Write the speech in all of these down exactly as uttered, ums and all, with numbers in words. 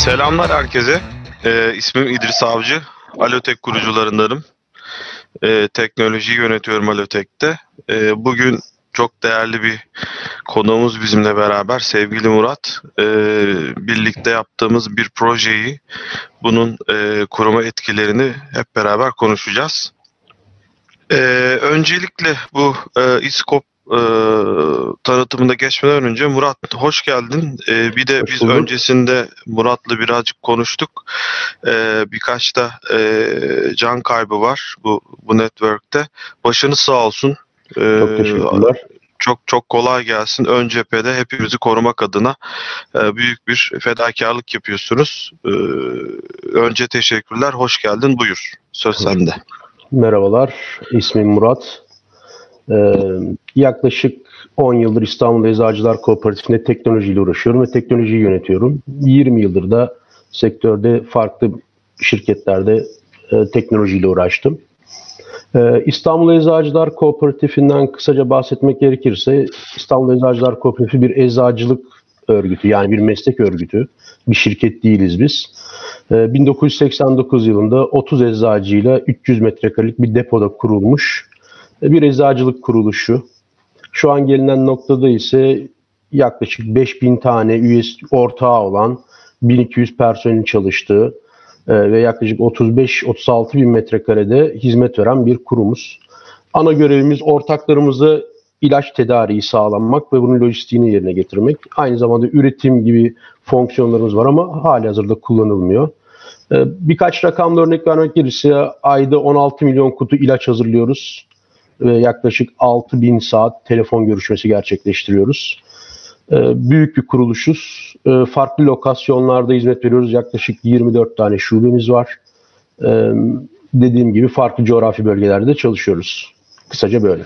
Selamlar herkese. Ee, ismim İdris Avcı. Alotek kurucularındanım. Ee, teknolojiyi yönetiyorum Alotek'te. Ee, bugün çok değerli bir konuğumuz bizimle beraber. Sevgili Murat. Ee, birlikte yaptığımız bir projeyi, bunun e, kuruma etkilerini hep beraber konuşacağız. Ee, öncelikle bu e, İSKOP e, tanıtımında geçmeden önce Murat, hoş geldin. E, bir de Hoş biz bulduk. öncesinde Murat'la birazcık konuştuk. E, birkaç da e, can kaybı var bu bu network'te. Başınız sağ olsun. E, Çok teşekkürler. Çok çok kolay gelsin. Ön cephede hepimizi korumak adına e, büyük bir fedakarlık yapıyorsunuz. E, önce teşekkürler. Hoş geldin. Buyur. Söz sende. Merhabalar, ismim Murat. Ee, yaklaşık on yıldır İstanbul Eczacılar Kooperatifinde teknolojiyle uğraşıyorum ve teknolojiyi yönetiyorum. yirmi yıldır da sektörde farklı şirketlerde e, teknolojiyle uğraştım. Ee, İstanbul Eczacılar Kooperatifinden kısaca bahsetmek gerekirse, İstanbul Eczacılar Kooperatifi bir eczacılık örgütü, yani bir meslek örgütü. Bir şirket değiliz biz. Ee, bin dokuz yüz seksen dokuz yılında otuz eczacıyla üç yüz metrekarelik bir depoda kurulmuş bir eczacılık kuruluşu. Şu an gelinen noktada ise yaklaşık beş bin tane üyesi ortağı olan, bin iki yüz personelin çalıştığı e, ve yaklaşık otuz beş otuz altı bin metrekarede hizmet veren bir kurumuz. Ana görevimiz ortaklarımıza ilaç tedariği sağlanmak ve bunun lojistiğini yerine getirmek. Aynı zamanda üretim gibi fonksiyonlarımız var ama halihazırda kullanılmıyor. Birkaç rakamla örnek vermek gerekirse ayda on altı milyon kutu ilaç hazırlıyoruz ve yaklaşık altı bin saat telefon görüşmesi gerçekleştiriyoruz. Büyük bir kuruluşuz. Farklı lokasyonlarda hizmet veriyoruz. Yaklaşık yirmi dört tane şubemiz var. Dediğim gibi farklı coğrafi bölgelerde çalışıyoruz. Kısaca böyle.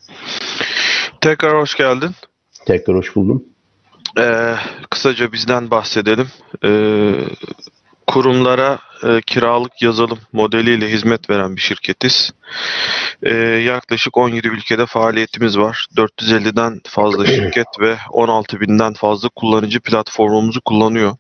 Tekrar hoş geldin. Tekrar hoş buldum. Ee, kısaca bizden bahsedelim. Ee, kurumlara e, kiralık yazılım modeliyle hizmet veren bir şirketiz. Ee, yaklaşık on yedi ülkede faaliyetimiz var. dört yüz elliden fazla şirket ve on altı binden fazla kullanıcı platformumuzu kullanıyor.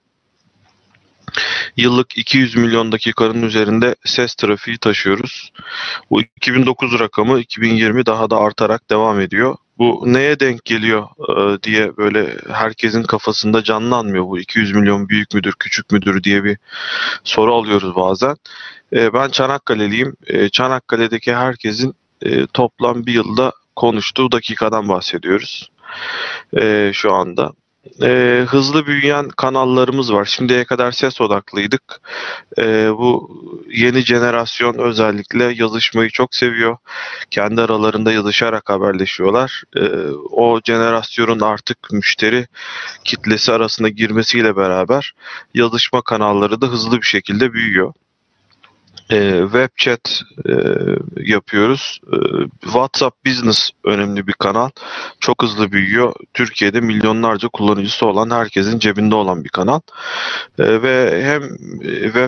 Yıllık iki yüz milyon dakikanın üzerinde ses trafiği taşıyoruz. Bu iki bin dokuz rakamı iki bin yirmi daha da artarak devam ediyor. Bu neye denk geliyor e, diye böyle herkesin kafasında canlanmıyor. Bu iki yüz milyon büyük müdür, küçük müdür diye bir soru alıyoruz bazen. E, ben Çanakkale'liyim. E, Çanakkale'deki herkesin e, toplam bir yılda konuştuğu dakikadan bahsediyoruz e, şu anda. Ee, hızlı büyüyen kanallarımız var. Şimdiye kadar ses odaklıydık. Ee, bu yeni jenerasyon özellikle yazışmayı çok seviyor. Kendi aralarında yazışarak haberleşiyorlar. Ee, o jenerasyonun artık müşteri kitlesi arasında girmesiyle beraber yazışma kanalları da hızlı bir şekilde büyüyor. Ee, web chat e, yapıyoruz. Ee, WhatsApp Business önemli bir kanal. Çok hızlı büyüyor. Türkiye'de milyonlarca kullanıcısı olan, herkesin cebinde olan bir kanal. Ee, ve hem web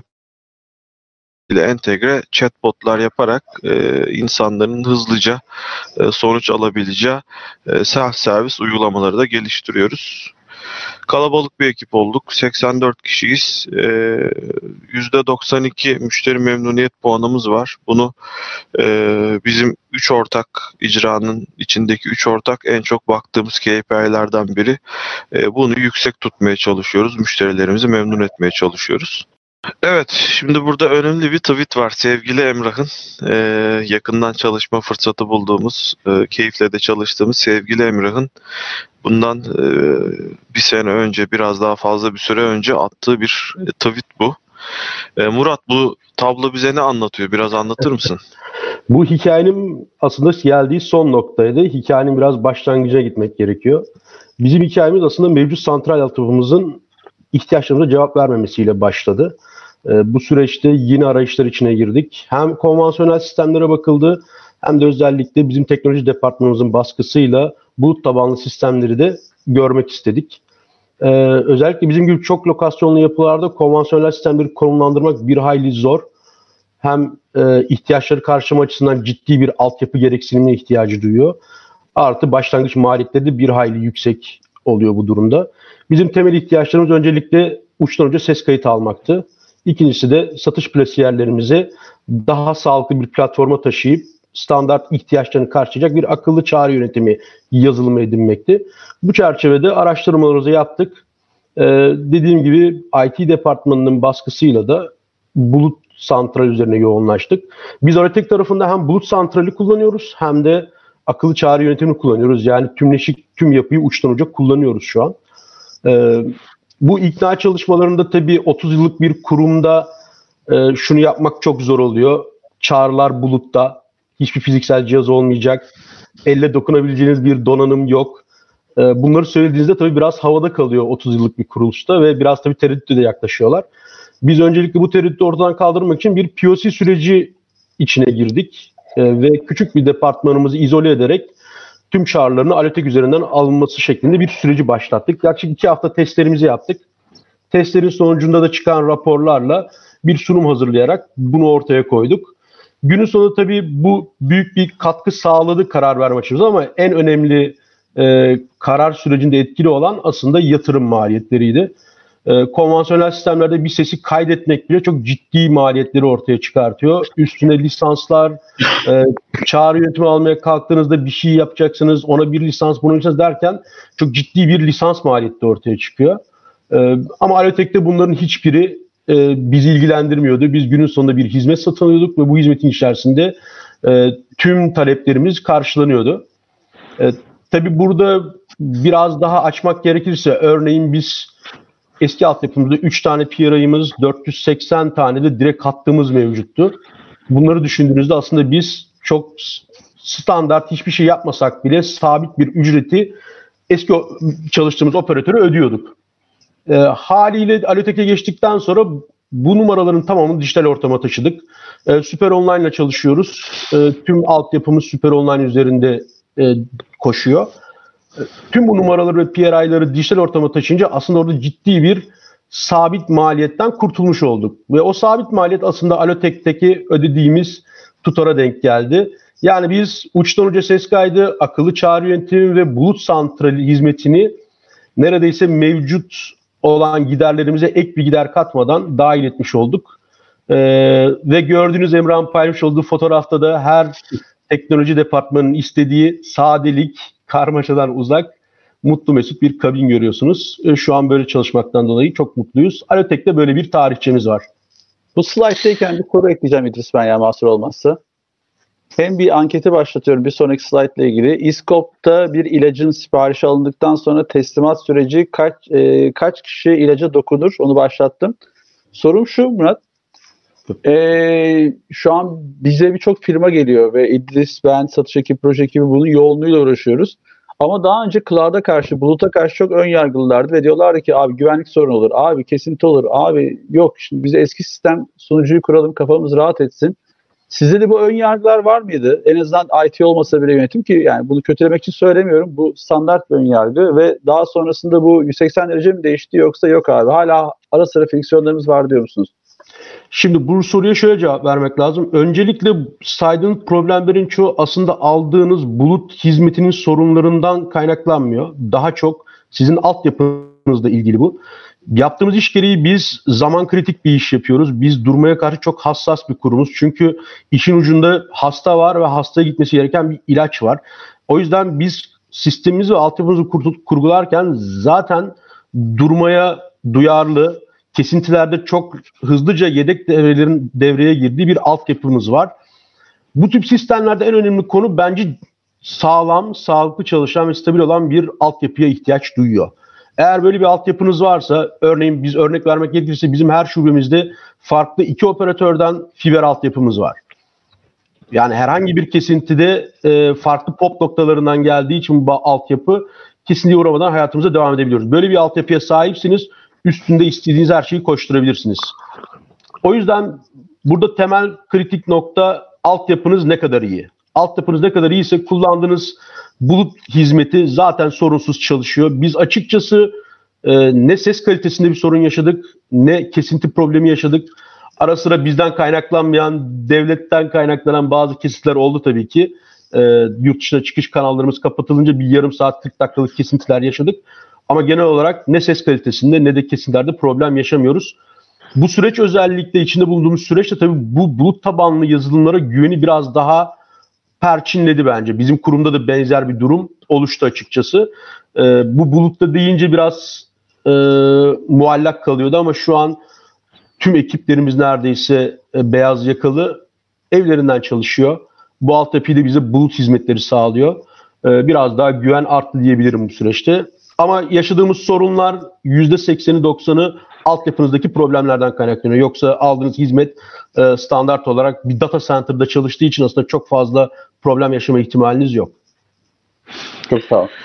ile entegre chatbotlar yaparak e, insanların hızlıca e, sonuç alabileceği e, self-servis uygulamaları da geliştiriyoruz. Kalabalık bir ekip olduk. seksen dört kişiyiz. Ee, yüzde doksan iki müşteri memnuniyet puanımız var. Bunu e, bizim üç ortak, icranın içindeki üç ortak en çok baktığımız K P I'lerden biri. E, bunu yüksek tutmaya çalışıyoruz. Müşterilerimizi memnun etmeye çalışıyoruz. Evet, şimdi burada önemli bir tweet var. Sevgili Emrah'ın e, yakından çalışma fırsatı bulduğumuz, e, keyifle de çalıştığımız sevgili Emrah'ın bundan e, bir sene önce, biraz daha fazla bir süre önce attığı bir e, tweet bu. E, Murat, bu tablo bize ne anlatıyor? Biraz anlatır mısın? Bu hikayenin aslında geldiği son noktaydı. Hikayenin biraz başlangıcına gitmek gerekiyor. Bizim hikayemiz aslında mevcut santral altyapımızın ihtiyaçlarımıza cevap vermemesiyle başladı. Bu süreçte yeni arayışlar içine girdik. Hem konvansiyonel sistemlere bakıldı, hem de özellikle bizim teknoloji departmanımızın baskısıyla bulut tabanlı sistemleri de görmek istedik. Ee, özellikle bizim gibi çok lokasyonlu yapılarda konvansiyonel sistemleri konumlandırmak bir hayli zor. Hem e, ihtiyaçları karşılama açısından ciddi bir altyapı gereksinimine ihtiyacı duyuyor. Artı başlangıç maliyetleri de bir hayli yüksek oluyor bu durumda. Bizim temel ihtiyaçlarımız öncelikle uçtan uca ses kayıtı almaktı. İkincisi de satış plasiyerlerimizi daha sağlıklı bir platforma taşıyıp standart ihtiyaçlarını karşılayacak bir akıllı çağrı yönetimi yazılımı edinmekti. Bu çerçevede araştırmalarımızı yaptık. Ee, dediğim gibi I T departmanının baskısıyla da bulut santral üzerine yoğunlaştık. Biz Alotek tarafında hem bulut santrali kullanıyoruz hem de akıllı çağrı yönetimini kullanıyoruz. Yani tümleşik tüm yapıyı uçtan uca kullanıyoruz şu an. Ee, bu ikna çalışmalarında tabii otuz yıllık bir kurumda e, şunu yapmak çok zor oluyor. Çağrılar bulutta, hiçbir fiziksel cihaz olmayacak, elle dokunabileceğiniz bir donanım yok. E, bunları söylediğinizde tabii biraz havada kalıyor otuz yıllık bir kuruluşta ve biraz tabii tereddütle de yaklaşıyorlar. Biz öncelikle bu tereddütü ortadan kaldırmak için bir P O C süreci içine girdik e, ve küçük bir departmanımızı izole ederek tüm çağrılarını Alotek üzerinden alınması şeklinde bir süreci başlattık. Yaklaşık iki hafta testlerimizi yaptık. Testlerin sonucunda da çıkan raporlarla bir sunum hazırlayarak bunu ortaya koyduk. Günün sonunda tabii bu büyük bir katkı sağladı karar verme açımızdan ama en önemli e, karar sürecinde etkili olan aslında yatırım maliyetleriydi. E, konvansiyonel sistemlerde bir sesi kaydetmek bile çok ciddi maliyetleri ortaya çıkartıyor. Üstüne lisanslar, e, çağrı yönetimi almaya kalktığınızda bir şey yapacaksınız, ona bir lisans, bunu lisans derken çok ciddi bir lisans maliyeti de ortaya çıkıyor. E, ama Alotek'te bunların hiçbiri e, bizi ilgilendirmiyordu. Biz günün sonunda bir hizmet satın alıyorduk ve bu hizmetin içerisinde e, tüm taleplerimiz karşılanıyordu. E, tabii burada biraz daha açmak gerekirse örneğin biz eski altyapımızda üç tane P R I'ımız, dört yüz seksen tane de direkt hattımız mevcuttu. Bunları düşündüğünüzde aslında biz çok standart hiçbir şey yapmasak bile sabit bir ücreti eski çalıştığımız operatöre ödüyorduk. E, haliyle Alotek'e geçtikten sonra bu numaraların tamamını dijital ortama taşıdık. E, Süper Online ile çalışıyoruz. E, tüm altyapımız Süper Online üzerinde e, koşuyor. Tüm bu numaraları ve P R I'ları dijital ortama taşınca aslında orada ciddi bir sabit maliyetten kurtulmuş olduk. Ve o sabit maliyet aslında Alotek'teki ödediğimiz tutara denk geldi. Yani biz uçtan uca ses kaydı, akıllı çağrı yönetimi ve bulut santrali hizmetini neredeyse mevcut olan giderlerimize ek bir gider katmadan dahil etmiş olduk. Ee, ve gördüğünüz Emrah'ın paylaşmış olduğu fotoğrafta da her teknoloji departmanının istediği sadelik, karmaşadan uzak, mutlu mesut bir kabin görüyorsunuz. Şu an böyle çalışmaktan dolayı çok mutluyuz. Alotek'te böyle bir tarihçemiz var. Bu slayttayken bir soru ekleyeceğim İdris ben ya mahsur olmazsa. Hem bir anketi başlatıyorum bir sonraki slide ile ilgili. İskop'ta bir ilacın siparişi alındıktan sonra teslimat süreci kaç e, kaç kişi ilaca dokunur onu başlattım. Sorum şu Murat. E, şu an bize birçok firma geliyor ve İdris, ben, satış ekibi, proje ekibi bunun yoğunluğuyla uğraşıyoruz. Ama daha önce cloud'a karşı, buluta karşı çok ön yargılılardı ve diyorlardı ki abi güvenlik sorunu olur, abi kesinti olur, abi yok şimdi bize eski sistem sunucuyu kuralım kafamız rahat etsin. Sizde de bu ön yargılar var mıydı? En azından I T olmasa bile yönetim ki yani bunu kötülemek için söylemiyorum. Bu standart bir ön yargı ve daha sonrasında bu yüz seksen derece mi değişti yoksa yok abi hala ara sıra friksiyonlarımız var diyor musunuz? Şimdi bu soruya şöyle cevap vermek lazım. Öncelikle saydığınız problemlerin çoğu aslında aldığınız bulut hizmetinin sorunlarından kaynaklanmıyor. Daha çok sizin altyapınızla ilgili bu. Yaptığımız iş gereği biz zaman kritik bir iş yapıyoruz. Biz durmaya karşı çok hassas bir kurumuz. Çünkü işin ucunda hasta var ve hastaya gitmesi gereken bir ilaç var. O yüzden biz sistemimizi ve altyapımızı kurgularken zaten durmaya duyarlı, kesintilerde çok hızlıca yedek devrelerin devreye girdiği bir altyapımız var. Bu tip sistemlerde en önemli konu bence sağlam, sağlıklı çalışan ve stabil olan bir altyapıya ihtiyaç duyuyor. Eğer böyle bir altyapınız varsa, örneğin biz örnek vermek gerekirse bizim her şubemizde farklı iki operatörden fiber altyapımız var. Yani herhangi bir kesintide e, farklı pop noktalarından geldiği için bu altyapı kesinliğe uğramadan hayatımıza devam edebiliyoruz. Böyle bir altyapıya sahipsiniz, üstünde istediğiniz her şeyi koşturabilirsiniz. O yüzden burada temel kritik nokta altyapınız ne kadar iyi. Altyapınız ne kadar iyiyse kullandığınız bulut hizmeti zaten sorunsuz çalışıyor. Biz açıkçası e, ne ses kalitesinde bir sorun yaşadık, ne kesinti problemi yaşadık. Ara sıra bizden kaynaklanmayan, devletten kaynaklanan bazı kesitler oldu tabii ki. E, yurt dışına çıkış kanallarımız kapatılınca bir yarım saat kırk dakikalık kesintiler yaşadık. Ama genel olarak ne ses kalitesinde ne de kesintilerde problem yaşamıyoruz. Bu süreç özellikle içinde bulunduğumuz süreçte tabii bu bulut tabanlı yazılımlara güveni biraz daha perçinledi bence. Bizim kurumda da benzer bir durum oluştu açıkçası. Ee, bu bulutta deyince biraz e, muallak kalıyordu ama şu an tüm ekiplerimiz neredeyse e, beyaz yakalı evlerinden çalışıyor. Bu altyapıyı da bize bulut hizmetleri sağlıyor. Ee, biraz daha güven arttı diyebilirim bu süreçte. Ama yaşadığımız sorunlar yüzde sekseni doksanı altyapınızdaki problemlerden kaynaklanıyor. Yoksa aldığınız hizmet e, standart olarak bir data center'da çalıştığı için aslında çok fazla problem yaşama ihtimaliniz yok. Çok sağ ol.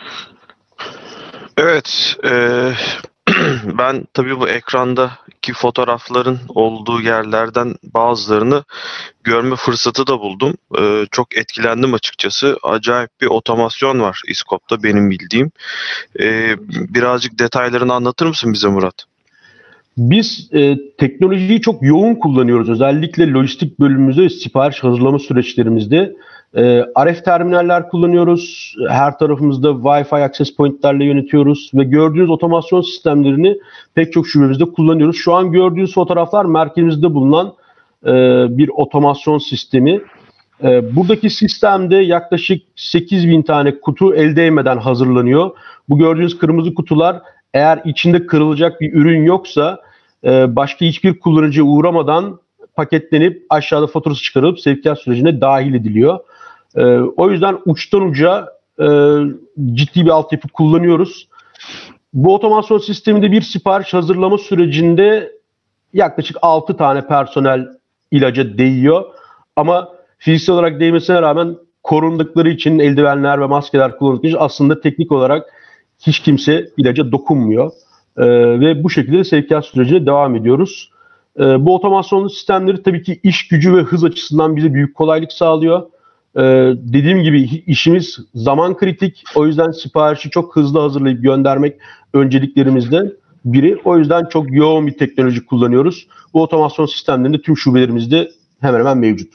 Evet, e, ben tabii bu ekrandaki fotoğrafların olduğu yerlerden bazılarını görme fırsatı da buldum. E, çok etkilendim açıkçası. Acayip bir otomasyon var İskop'ta benim bildiğim. E, birazcık detaylarını anlatır mısın bize Murat? Biz e, teknolojiyi çok yoğun kullanıyoruz. Özellikle lojistik bölümümüzde ve sipariş hazırlama süreçlerimizde. E, R F terminaller kullanıyoruz. Her tarafımızda Wi-Fi access pointlerle yönetiyoruz ve gördüğünüz otomasyon sistemlerini pek çok şubemizde kullanıyoruz. Şu an gördüğünüz fotoğraflar merkezimizde bulunan e, bir otomasyon sistemi. E, buradaki sistemde yaklaşık sekiz bin tane kutu el değmeden hazırlanıyor. Bu gördüğünüz kırmızı kutular eğer içinde kırılacak bir ürün yoksa e, başka hiçbir kullanıcıya uğramadan paketlenip aşağıda faturası çıkarılıp sevkiyat sürecine dahil ediliyor. E, o yüzden uçtan uca e, ciddi bir altyapı kullanıyoruz. Bu otomasyon sisteminde bir sipariş hazırlama sürecinde yaklaşık altı tane personel ilaca değiyor. Ama fiziksel olarak değmesine rağmen korundukları için eldivenler ve maskeler kullanıldığı için aslında teknik olarak hiç kimse ilaca dokunmuyor. Ee, ve bu şekilde sevkiyat sürecine devam ediyoruz. Ee, bu otomasyonlu sistemleri tabii ki iş gücü ve hız açısından bize büyük kolaylık sağlıyor. Ee, dediğim gibi işimiz zaman kritik. O yüzden siparişi çok hızlı hazırlayıp göndermek önceliklerimizden biri. O yüzden çok yoğun bir teknoloji kullanıyoruz. Bu otomasyon sistemlerinde tüm şubelerimizde hemen hemen mevcut.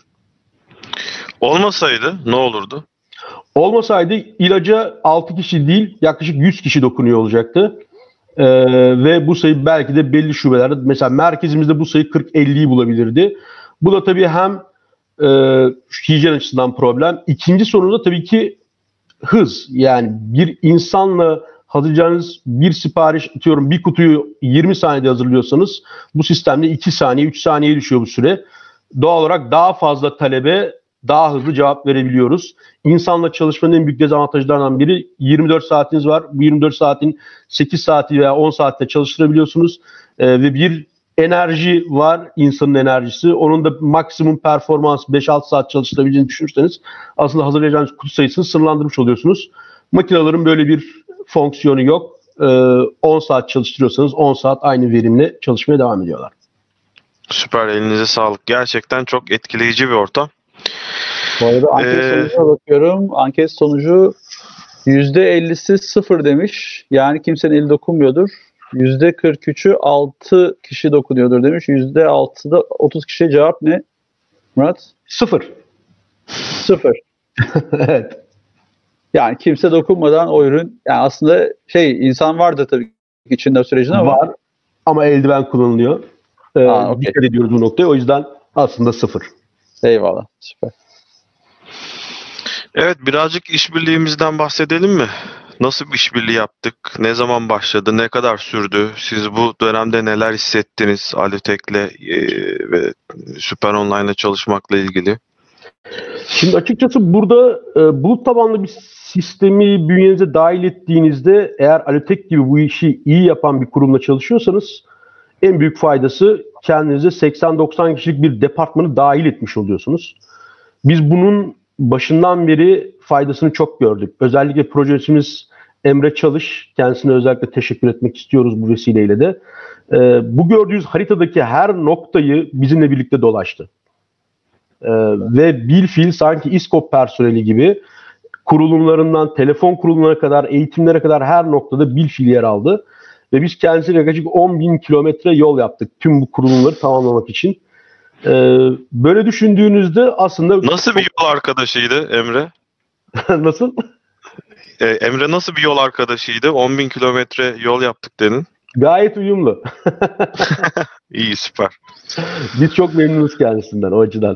Olmasaydı ne olurdu? Olmasaydı ilaca altı kişi değil yaklaşık yüz kişi dokunuyor olacaktı. Ee, ve bu sayı belki de belli şubelerde mesela merkezimizde bu sayı kırk elliyi bulabilirdi. Bu da tabii hem e, hijyen açısından problem. İkinci sorun da tabii ki hız. Yani bir insanla hazırlayacağınız bir sipariş atıyorum bir kutuyu yirmi saniyede hazırlıyorsanız bu sistemde iki saniye üç saniyeye düşüyor bu süre. Doğal olarak daha fazla talebe daha hızlı cevap verebiliyoruz. İnsanla çalışmanın en büyük dezavantajlarından biri yirmi dört saatiniz var. Bu yirmi dört saatin sekiz saati veya on saatte çalıştırabiliyorsunuz. Ee, ve bir enerji var, insanın enerjisi. Onun da maksimum performans beş altı saat çalıştırabileceğini düşünürseniz aslında hazırlayacağınız kutu sayısını sınırlandırmış oluyorsunuz. Makinelerin böyle bir fonksiyonu yok. Ee, on saat çalıştırıyorsanız on saat aynı verimle çalışmaya devam ediyorlar. Süper, elinize sağlık. Gerçekten çok etkileyici bir ortam. Bu arada anket ee... sonucuna bakıyorum. Anket sonucu yüzde ellisi sıfır demiş. Yani kimsenin eli dokunmuyordur. yüzde kırk üçü altı kişi dokunuyordur demiş. yüzde altıda otuz kişiye cevap ne? Murat? Sıfır. Sıfır. Evet. Yani kimse dokunmadan o ürün, yani aslında şey insan vardı tabii içinde sürecin ama. Var ama eldiven kullanılıyor. Ee, Aa, okay. Dikkat ediyoruz bu noktaya. O yüzden aslında sıfır. Eyvallah. Süper. Evet, birazcık işbirliğimizden bahsedelim mi? Nasıl bir işbirliği yaptık? Ne zaman başladı? Ne kadar sürdü? Siz bu dönemde neler hissettiniz Alütek'le e, ve Süper Online'la çalışmakla ilgili? Şimdi açıkçası burada e, bulut tabanlı bir sistemi bünyenize dahil ettiğinizde eğer Alütek gibi bu işi iyi yapan bir kurumla çalışıyorsanız en büyük faydası kendinize seksen doksan kişilik bir departmanı dahil etmiş oluyorsunuz. Biz bunun başından beri faydasını çok gördük. Özellikle projesimiz Emre Çalış, kendisine özellikle teşekkür etmek istiyoruz bu vesileyle de. Ee, bu gördüğünüz haritadaki her noktayı bizimle birlikte dolaştı. Ee, ve bilfiil sanki İskop personeli gibi kurulumlarından telefon kurulumlarına kadar, eğitimlere kadar her noktada bilfiil yer aldı. Ve biz kendisiyle yaklaşık on bin kilometre yol yaptık tüm bu kurulumları tamamlamak için. Ee, böyle düşündüğünüzde aslında... Nasıl bir yol arkadaşıydı Emre? Nasıl? Ee, Emre nasıl bir yol arkadaşıydı? on bin kilometre yol yaptık dedin. Gayet uyumlu. İyi, süper. Biz çok memnunuz kendisinden o açıdan.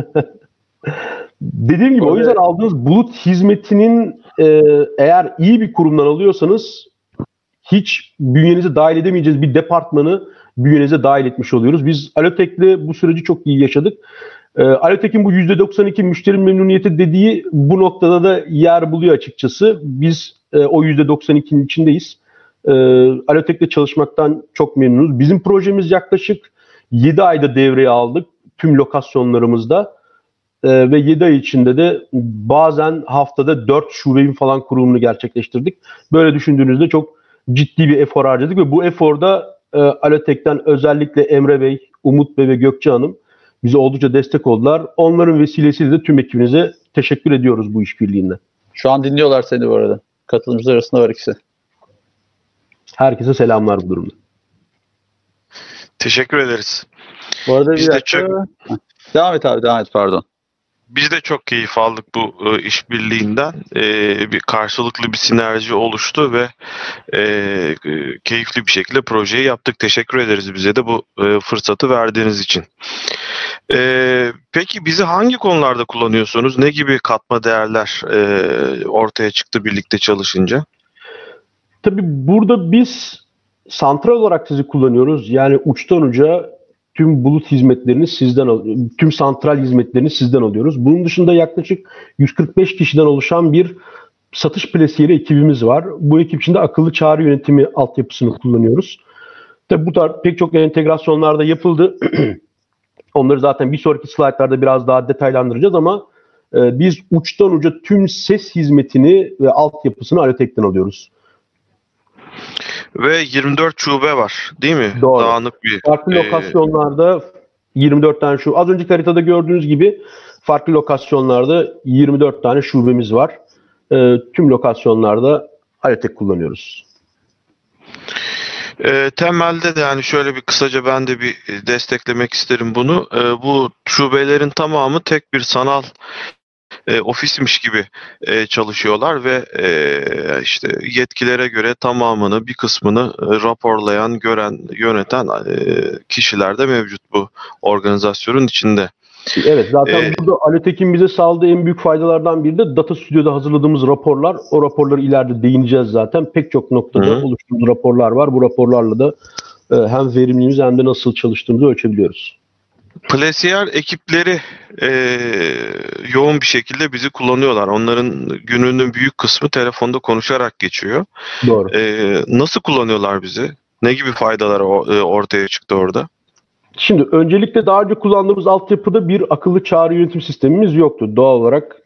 Dediğim gibi o yüzden aldığınız bulut hizmetinin e, eğer iyi bir kurumdan alıyorsanız hiç bünyenize dahil edemeyeceğiz bir departmanı bünyenize dahil etmiş oluyoruz. Biz Alotek'le bu süreci çok iyi yaşadık. E, Alotek'in bu yüzde doksan iki müşteri memnuniyeti dediği bu noktada da yer buluyor açıkçası. Biz e, o yüzde doksan ikinin içindeyiz. E, Alotek'le çalışmaktan çok memnunuz. Bizim projemiz yaklaşık yedi ayda devreye aldık tüm lokasyonlarımızda. Ee, ve yedi ay içinde de bazen haftada dört şubenin falan kurulumunu gerçekleştirdik. Böyle düşündüğünüzde çok ciddi bir efor harcadık ve bu eforda e, Alotek'ten özellikle Emre Bey, Umut Bey ve Gökçe Hanım bize oldukça destek oldular. Onların vesilesiyle de tüm ekibinize teşekkür ediyoruz bu işbirliğinde. Şu an dinliyorlar seni bu arada. Katılımcılar arasında var ikisi. Herkese selamlar bu durumda. Teşekkür ederiz. Bu arada Biz bir de dakika. çok... Devam et abi, devam et, pardon. Biz de çok keyif aldık bu e, işbirliğinden. E, bir karşılıklı bir sinerji oluştu ve e, e, keyifli bir şekilde projeyi yaptık. Teşekkür ederiz bize de bu e, fırsatı verdiğiniz için. E, peki bizi hangi konularda kullanıyorsunuz? Ne gibi katma değerler e, ortaya çıktı birlikte çalışınca? Tabii burada biz santral olarak sizi kullanıyoruz. Yani uçtan uca tüm bulut hizmetlerini sizden alıyoruz. Tüm santral hizmetlerini sizden alıyoruz. Bunun dışında yaklaşık yüz kırk beş kişiden oluşan bir satış plesiyeri ekibimiz var. Bu ekip içinde akıllı çağrı yönetimi altyapısını kullanıyoruz. Tabii bu tarz pek çok entegrasyonlar da yapıldı. Onları zaten bir sonraki slaytlarda biraz daha detaylandıracağız ama e, biz uçtan uca tüm ses hizmetini ve altyapısını Alotek'ten alıyoruz. Ve yirmi dört şube var, değil mi? Doğru. Dağınık bir. Farklı e... lokasyonlarda yirmi dört tane şube. Az önceki haritada gördüğünüz gibi farklı lokasyonlarda yirmi dört tane şubemiz var. E, tüm lokasyonlarda Alotek kullanıyoruz. E, temelde de yani şöyle bir kısaca ben de bir desteklemek isterim bunu. E, bu şubelerin tamamı tek bir sanal E, ofismiş gibi e, çalışıyorlar ve e, işte yetkilere göre tamamını, bir kısmını e, raporlayan, gören, yöneten e, kişiler de mevcut bu organizasyonun içinde. Evet, zaten ee, burada Alotek'in bize sağladığı en büyük faydalardan biri de Data Studio'da hazırladığımız raporlar. O raporları ileride değineceğiz zaten. Pek çok noktada hı. oluşturduğumuz raporlar var. Bu raporlarla da e, hem verimliliğimizi hem de nasıl çalıştığımızı ölçebiliyoruz. Plesiyer ekipleri e, yoğun bir şekilde bizi kullanıyorlar. Onların gününün büyük kısmı telefonda konuşarak geçiyor. Doğru. E, nasıl kullanıyorlar bizi? Ne gibi faydalar e, ortaya çıktı orada? Şimdi öncelikle daha önce kullandığımız altyapıda bir akıllı çağrı yönetim sistemimiz yoktu. Doğal olarak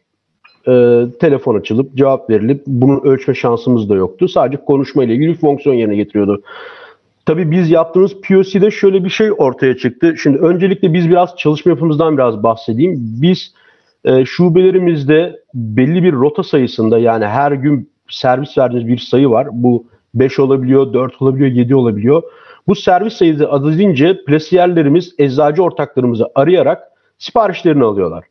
e, telefon açılıp cevap verilip bunun ölçme şansımız da yoktu. Sadece konuşma ile ilgili bir fonksiyon yerine getiriyordu. Tabii biz yaptığımız P O C'de şöyle bir şey ortaya çıktı. Şimdi öncelikle biz biraz çalışma yapımızdan biraz bahsedeyim. Biz e, şubelerimizde belli bir rota sayısında, yani her gün servis verdiğimiz bir sayı var. Bu beş olabiliyor, dört olabiliyor, yedi olabiliyor. Bu servis sayısı azalınca plesiyerlerimiz eczacı ortaklarımızı arayarak siparişlerini alıyorlar.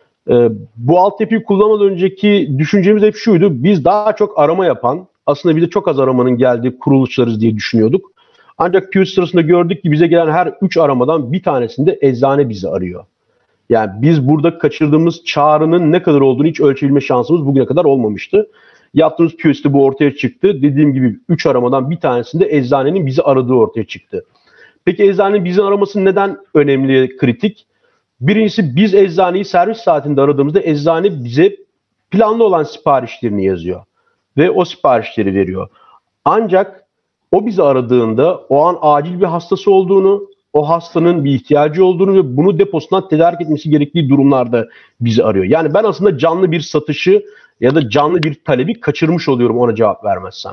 E, bu altyapıyı kullanmadan önceki düşüncemiz hep şuydu. Biz daha çok arama yapan, aslında bize çok az aramanın geldiği kuruluşlarız diye düşünüyorduk. Ancak Q sırasında gördük ki bize gelen her üç aramadan bir tanesinde eczane bizi arıyor. Yani biz burada kaçırdığımız çağrının ne kadar olduğunu hiç ölçebilme şansımız bugüne kadar olmamıştı. Yaptığımız Q S'te bu ortaya çıktı. Dediğim gibi üç aramadan bir tanesinde eczanenin bizi aradığı ortaya çıktı. Peki eczanenin bizi araması neden önemli, kritik? Birincisi, biz eczaneyi servis saatinde aradığımızda eczane bize planlı olan siparişlerini yazıyor. Ve o siparişleri veriyor. Ancak o bizi aradığında o an acil bir hastası olduğunu, o hastanın bir ihtiyacı olduğunu ve bunu deposundan tedarik etmesi gerektiği durumlarda bizi arıyor. Yani ben aslında canlı bir satışı ya da canlı bir talebi kaçırmış oluyorum ona cevap vermezsem.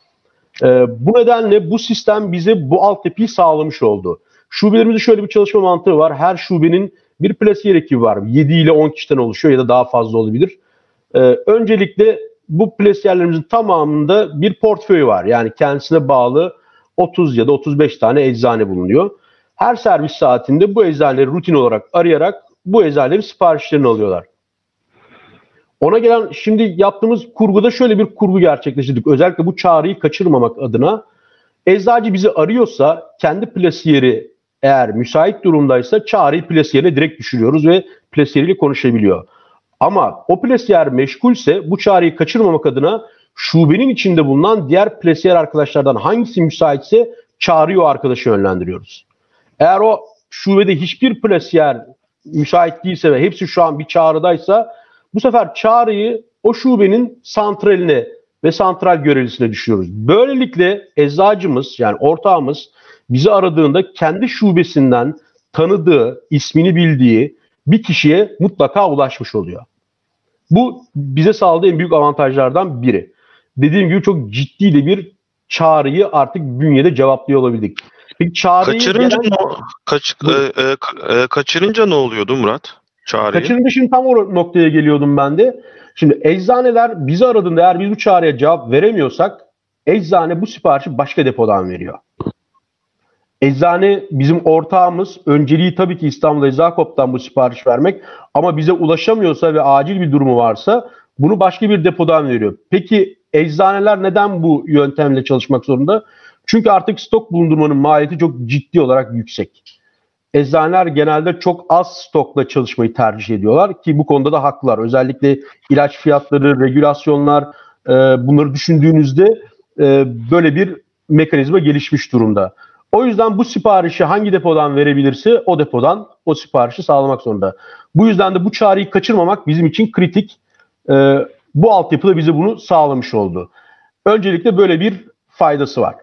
Ee, bu nedenle bu sistem bize bu altyapıyı sağlamış oldu. Şubelerimizde şöyle bir çalışma mantığı var. Her şubenin bir plasiyer ekibi var. yedi ile on kişiden oluşuyor ya da daha fazla olabilir. Ee, öncelikle bu plesiyerlerimizin tamamında bir portföy var. Yani kendisine bağlı otuz ya da otuz beş tane eczane bulunuyor. Her servis saatinde bu eczaneleri rutin olarak arayarak bu eczanelerin siparişlerini alıyorlar. Ona gelen şimdi yaptığımız kurguda şöyle bir kurgu gerçekleştirdik. Özellikle bu çağrıyı kaçırmamak adına eczacı bizi arıyorsa kendi plasiyeri eğer müsait durumdaysa çağrıyı plasiyerine direkt düşürüyoruz ve plasiyeriyle konuşabiliyor. Ama o plasiyer meşgulse bu çağrıyı kaçırmamak adına şubenin içinde bulunan diğer plasiyer arkadaşlardan hangisi müsaitse çağrıyı o arkadaşa yönlendiriyoruz. Eğer o şubede hiçbir plasiyer müsait değilse ve hepsi şu an bir çağrıdaysa bu sefer çağrıyı o şubenin santraline ve santral görevlisine düşüyoruz. Böylelikle eczacımız yani ortağımız bizi aradığında kendi şubesinden tanıdığı, ismini bildiği bir kişiye mutlaka ulaşmış oluyor. Bu bize sağladığı en büyük avantajlardan biri. Dediğim gibi çok ciddi de bir çağrıyı artık bünyede cevaplıyor olabildik. Peki çağrıyı Kaçırınca gelen... ne, kaç, e, e, e, kaçırınca ne oluyordu Murat? Çağrıyı. Kaçırınca şimdi tam o noktaya geliyordum ben de. Şimdi eczaneler bizi aradığında eğer biz bu çağrıya cevap veremiyorsak eczane bu siparişi başka depodan veriyor. Eczane bizim ortağımız. Önceliği tabii ki İstanbul Eczakop'tan bu sipariş vermek. Ama bize ulaşamıyorsa ve acil bir durumu varsa bunu başka bir depodan veriyor. Peki eczaneler neden bu yöntemle çalışmak zorunda? Çünkü artık stok bulundurmanın maliyeti çok ciddi olarak yüksek. Eczaneler genelde çok az stokla çalışmayı tercih ediyorlar ki bu konuda da haklılar. Özellikle ilaç fiyatları, regülasyonlar e, bunları düşündüğünüzde e, böyle bir mekanizma gelişmiş durumda. O yüzden bu siparişi hangi depodan verebilirse o depodan o siparişi sağlamak zorunda. Bu yüzden de bu çağrıyı kaçırmamak bizim için kritik. E, bu altyapı da bize bunu sağlamış oldu. Öncelikle böyle bir faydası var.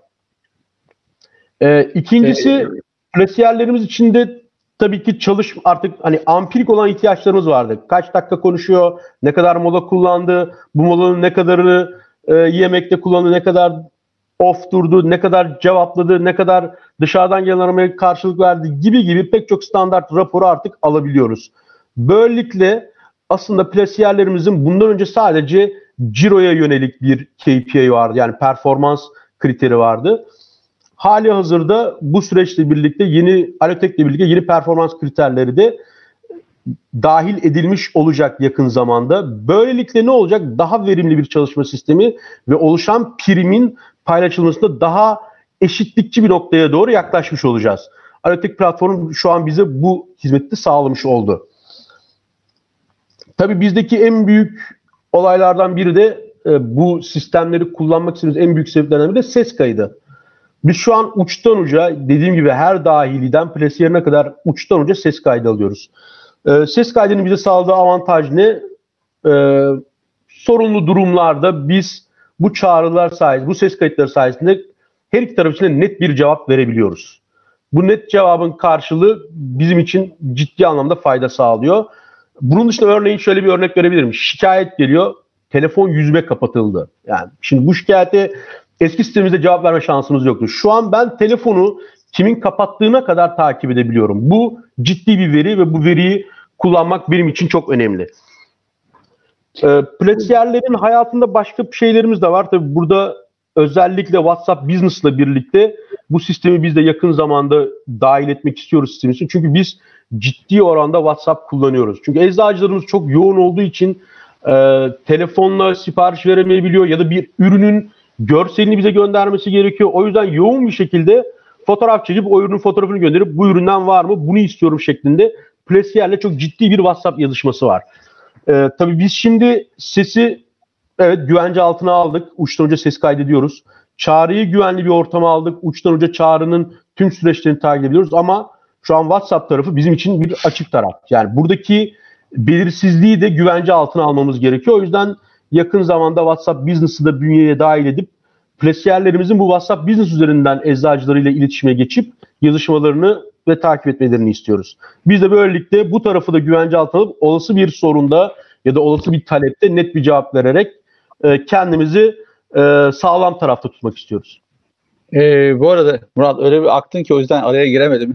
E, ikincisi plasiyerlerimiz için de tabii ki çalış artık hani ampirik olan ihtiyaçlarımız vardı. Kaç dakika konuşuyor, ne kadar mola kullandı, bu molanın ne kadarını e, yemekte kullandı, ne kadar off durdu, ne kadar cevapladı, ne kadar dışarıdan gelen aramaya karşılık verdi gibi gibi pek çok standart raporu artık alabiliyoruz. Böylelikle aslında plasiyerlerimizin bundan önce sadece ciroya yönelik bir K P I vardı. Yani performans kriteri vardı. Hali hazırda bu süreçle birlikte yeni Alotek'le birlikte yeni performans kriterleri de dahil edilmiş olacak yakın zamanda. Böylelikle ne olacak? Daha verimli bir çalışma sistemi ve oluşan primin paylaşılmasında daha eşitlikçi bir noktaya doğru yaklaşmış olacağız. Alotek platformu şu an bize bu hizmeti sağlamış oldu. Tabii bizdeki en büyük olaylardan biri de e, bu sistemleri kullanmak istediğimiz en büyük sebeplerden biri de ses kaydı. Biz şu an uçtan uca dediğim gibi her dahiliden plasiyerine kadar uçtan uca ses kaydı alıyoruz. Ee, ses kaydının bize sağladığı avantaj ne? Ee, sorunlu durumlarda biz bu çağrılar sayesinde, bu ses kayıtları sayesinde her iki taraf için de net bir cevap verebiliyoruz. Bu net cevabın karşılığı bizim için ciddi anlamda fayda sağlıyor. Bunun dışında örneğin şöyle bir örnek verebilirim. Şikayet geliyor, telefon yüzme kapatıldı. Yani şimdi bu şikayete eski sistemimizde cevap verme şansımız yoktu. Şu an ben telefonu kimin kapattığına kadar takip edebiliyorum. Bu ciddi bir veri ve bu veriyi kullanmak benim için çok önemli. E, Plasiyerlerin hayatında başka şeylerimiz de var. Tabii burada özellikle WhatsApp Business'la birlikte bu sistemi biz de yakın zamanda dahil etmek istiyoruz sistem için. Çünkü biz ciddi oranda WhatsApp kullanıyoruz. Çünkü eczacılarımız çok yoğun olduğu için e, telefonla sipariş veremeyebiliyor ya da bir ürünün görselini bize göndermesi gerekiyor. O yüzden yoğun bir şekilde fotoğraf çekip o ürünün fotoğrafını gönderip bu üründen var mı bunu istiyorum şeklinde Plasiyer'le çok ciddi bir WhatsApp yazışması var. Ee, tabii biz şimdi sesi evet güvence altına aldık. Uçtan uca ses kaydediyoruz. Çağrıyı güvenli bir ortama aldık. Uçtan uca çağrının tüm süreçlerini takip ediyoruz ama şu an WhatsApp tarafı bizim için bir açık taraf. Yani buradaki belirsizliği de güvence altına almamız gerekiyor. O yüzden yakın zamanda WhatsApp Business'ı da bünyeye dahil edip plasiyerlerimizin bu WhatsApp Business üzerinden eczacılarıyla iletişime geçip yazışmalarını ve takip etmelerini istiyoruz. Biz de böylelikle bu tarafı da güvence altına alıp olası bir sorunda ya da olası bir talepte net bir cevap vererek e, kendimizi e, sağlam tarafta tutmak istiyoruz. Ee, bu arada Murat öyle bir aktın ki o yüzden araya giremedim.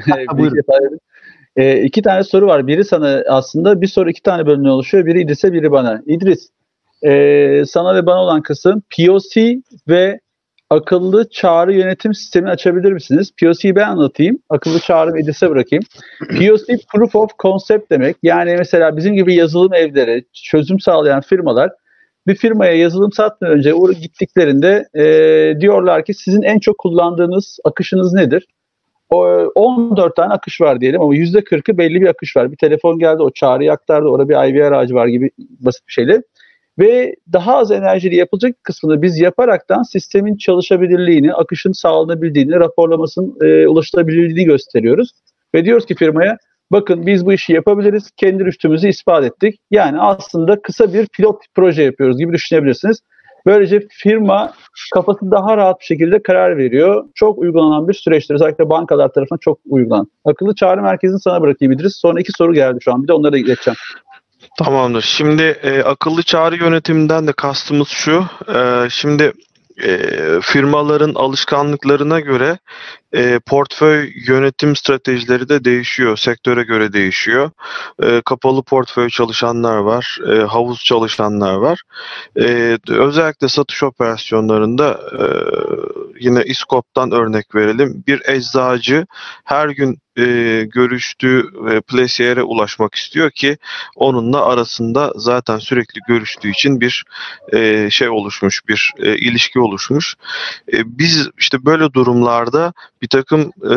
e, iki tane soru var. Biri sana aslında bir soru iki tane bölümden oluşuyor. Biri İdris'e biri bana. İdris, e, sana ve bana olan kısım P O C ve akıllı çağrı yönetim sistemini açabilir misiniz? P O C'yi ben anlatayım. Akıllı çağrı Edis'e bırakayım. P O C Proof of Concept demek. Yani mesela bizim gibi yazılım evleri, çözüm sağlayan firmalar bir firmaya yazılım satmadan önce oraya gittiklerinde e, diyorlar ki sizin en çok kullandığınız akışınız nedir? O, on dört tane akış var diyelim ama yüzde kırkı belli bir akış var. Bir telefon geldi, o çağrıyı aktardı, orada bir I V R ağacı var gibi basit bir şeyle. Ve daha az enerjili yapılacak kısmını biz yaparaktan sistemin çalışabilirliğini, akışın sağlanabildiğini, raporlamasının e, ulaşılabilirliğini gösteriyoruz. Ve diyoruz ki firmaya, bakın biz bu işi yapabiliriz, kendi rüştümüzü ispat ettik. Yani aslında kısa bir pilot proje yapıyoruz gibi düşünebilirsiniz. Böylece firma kafası daha rahat bir şekilde karar veriyor. Çok uygulanan bir süreçtir. Özellikle bankalar tarafından çok uygulanan. Akıllı çağrı merkezini sana bırakayım İdris. Sonra iki soru geldi şu an. Bir de onlara da geçeceğim. Tamamdır. Şimdi e, akıllı çağrı yönetiminden de kastımız şu. E, şimdi e, firmaların alışkanlıklarına göre e, portföy yönetim stratejileri de değişiyor. Sektöre göre değişiyor. E, kapalı portföy çalışanlar var. E, havuz çalışanlar var. E, özellikle satış operasyonlarında e, yine İskop'tan örnek verelim. Bir eczacı her gün e, görüştüğü e, plesiyere ulaşmak istiyor ki onunla arasında zaten sürekli görüştüğü için bir e, şey oluşmuş, bir e, ilişki oluşmuş. E, biz işte böyle durumlarda bir takım e,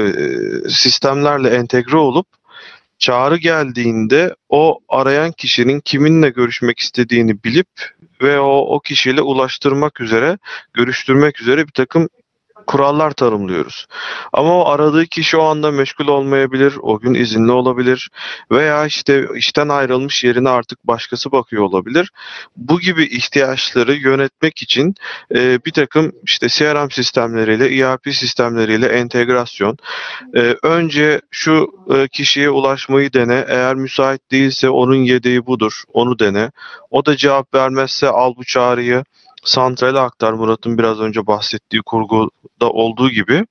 sistemlerle entegre olup çağrı geldiğinde o arayan kişinin kiminle görüşmek istediğini bilip ve o, o kişiyle ulaştırmak üzere, görüştürmek üzere bir takım kurallar tanımlıyoruz. Ama o aradığı kişi o anda meşgul olmayabilir, o gün izinli olabilir veya işte işten ayrılmış, yerine artık başkası bakıyor olabilir. Bu gibi ihtiyaçları yönetmek için e, bir takım işte C R M sistemleriyle, E R P sistemleriyle entegrasyon. E, önce şu e, kişiye ulaşmayı dene, eğer müsait değilse onun yedeği budur, onu dene. O da cevap vermezse al bu çağrıyı santrale aktar, Murat'ın biraz önce bahsettiği kurguda olduğu gibi.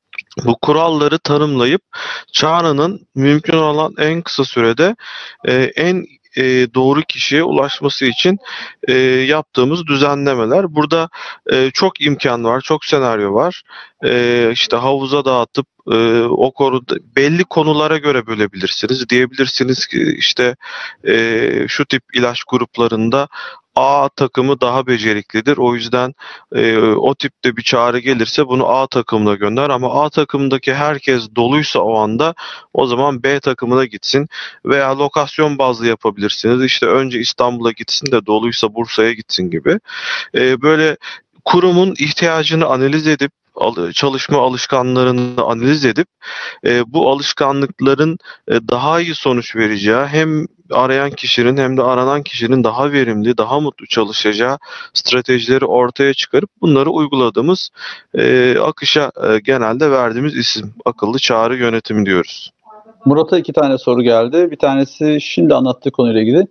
Bu kuralları tanımlayıp çağrının mümkün olan en kısa sürede e, en e, doğru kişiye ulaşması için e, yaptığımız düzenlemeler. Burada e, çok imkan var, çok senaryo var. E, işte havuza dağıtıp e, o konuda belli konulara göre bölebilirsiniz. Diyebilirsiniz ki işte e, şu tip ilaç gruplarında A takımı daha beceriklidir. O yüzden e, o tipte bir çağrı gelirse bunu A takımına gönder ama A takımındaki herkes doluysa o anda o zaman B takımına gitsin veya lokasyon bazlı yapabilirsiniz. İşte önce İstanbul'a gitsin de doluysa Bursa'ya gitsin gibi. E, böyle kurumun ihtiyacını analiz edip çalışma alışkanlarını analiz edip e, bu alışkanlıkların e, daha iyi sonuç vereceği, hem arayan kişinin hem de aranan kişinin daha verimli, daha mutlu çalışacağı stratejileri ortaya çıkarıp bunları uyguladığımız e, akışa e, genelde verdiğimiz isim akıllı çağrı yönetimi diyoruz. Murat'a iki tane soru geldi. Bir tanesi şimdi anlattığı konuyla ilgili.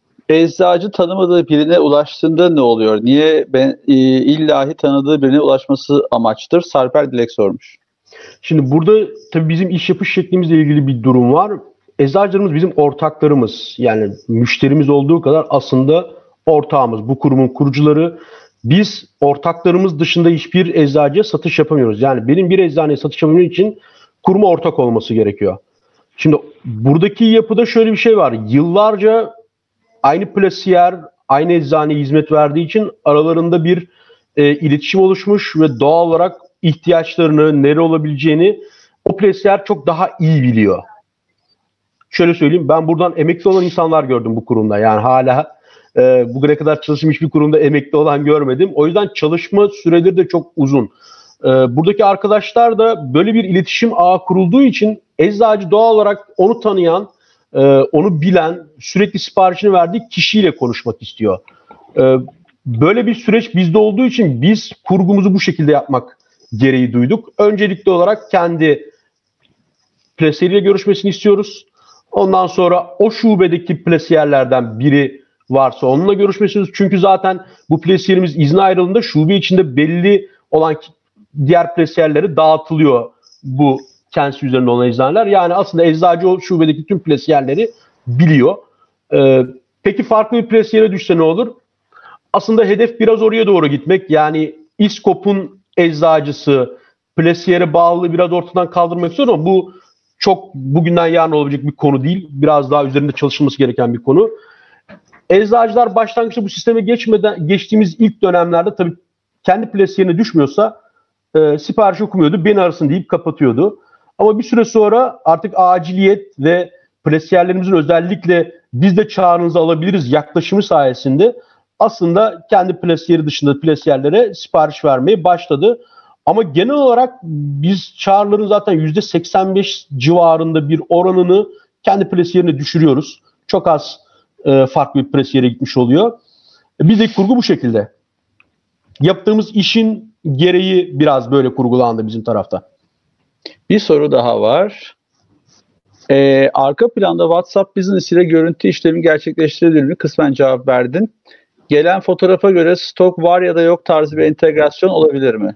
Eczacı tanımadığı birine ulaştığında ne oluyor? Niye ben e, illahi tanıdığı birine ulaşması amaçtır? Sarper Dilek sormuş. Şimdi burada tabii bizim iş yapış şeklimizle ilgili bir durum var. Eczacılarımız bizim ortaklarımız. Yani müşterimiz olduğu kadar aslında ortağımız. Bu kurumun kurucuları. Biz ortaklarımız dışında hiçbir eczacıya satış yapamıyoruz. Yani benim bir eczaneye satış yapabilmem için kuruma ortak olması gerekiyor. Şimdi buradaki yapıda şöyle bir şey var. Yıllarca aynı plasiyer, aynı eczaneye hizmet verdiği için aralarında bir e, iletişim oluşmuş ve doğal olarak ihtiyaçlarını, nere olabileceğini o plasiyer çok daha iyi biliyor. Şöyle söyleyeyim, ben buradan emekli olan insanlar gördüm bu kurumda. Yani hala e, bugüne kadar çalışmış bir kurumda emekli olan görmedim. O yüzden çalışma süreleri de çok uzun. E, buradaki arkadaşlar da böyle bir iletişim ağı kurulduğu için eczacı doğal olarak onu tanıyan, e, onu bilen, sürekli siparişini verdiği kişiyle konuşmak istiyor. E, böyle bir süreç bizde olduğu için biz kurgumuzu bu şekilde yapmak gereği duyduk. Öncelikli olarak kendi plasiyeriyle görüşmesini istiyoruz. Ondan sonra o şubedeki plasiyerlerden biri varsa onunla görüşmesini istiyoruz. Çünkü zaten bu plasiyerimiz izne ayrıldığında şube içinde belli olan diğer plasiyerlere dağıtılıyor bu kendisi üzerinde olan eczaneler. Yani aslında eczacı o şubedeki tüm plasiyerleri biliyor. Ee, peki farklı bir plasiyere düşse ne olur? Aslında hedef biraz oraya doğru gitmek. Yani İskop'un eczacısı Plesier'e bağlılığı biraz ortadan kaldırmak istiyor ama bu çok bugünden yarın olabilecek bir konu değil. Biraz daha üzerinde çalışılması gereken bir konu. Eczacılar başlangıçta bu sisteme geçmeden geçtiğimiz ilk dönemlerde tabii kendi Plesier'ine düşmüyorsa e, sipariş okumuyordu. Beni arasın deyip kapatıyordu. Ama bir süre sonra artık aciliyet ve Plesier'lerimizin özellikle biz de çağrınızı alabiliriz yaklaşımı sayesinde aslında kendi Plesier'i dışında Plesier'lere sipariş vermeye başladı. Ama genel olarak biz çağrıların zaten yüzde seksen beş civarında bir oranını kendi Plesier'ine düşürüyoruz. Çok az e, farklı bir Plesier'e gitmiş oluyor. E, bizdeki kurgu bu şekilde. Yaptığımız işin gereği biraz böyle kurgulandı bizim tarafta. Bir soru daha var. Ee, arka planda WhatsApp Business ile görüntü işlemi gerçekleştirilir mi? Kısmen cevap verdin. Gelen fotoğrafa göre stok var ya da yok tarzı bir entegrasyon olabilir mi?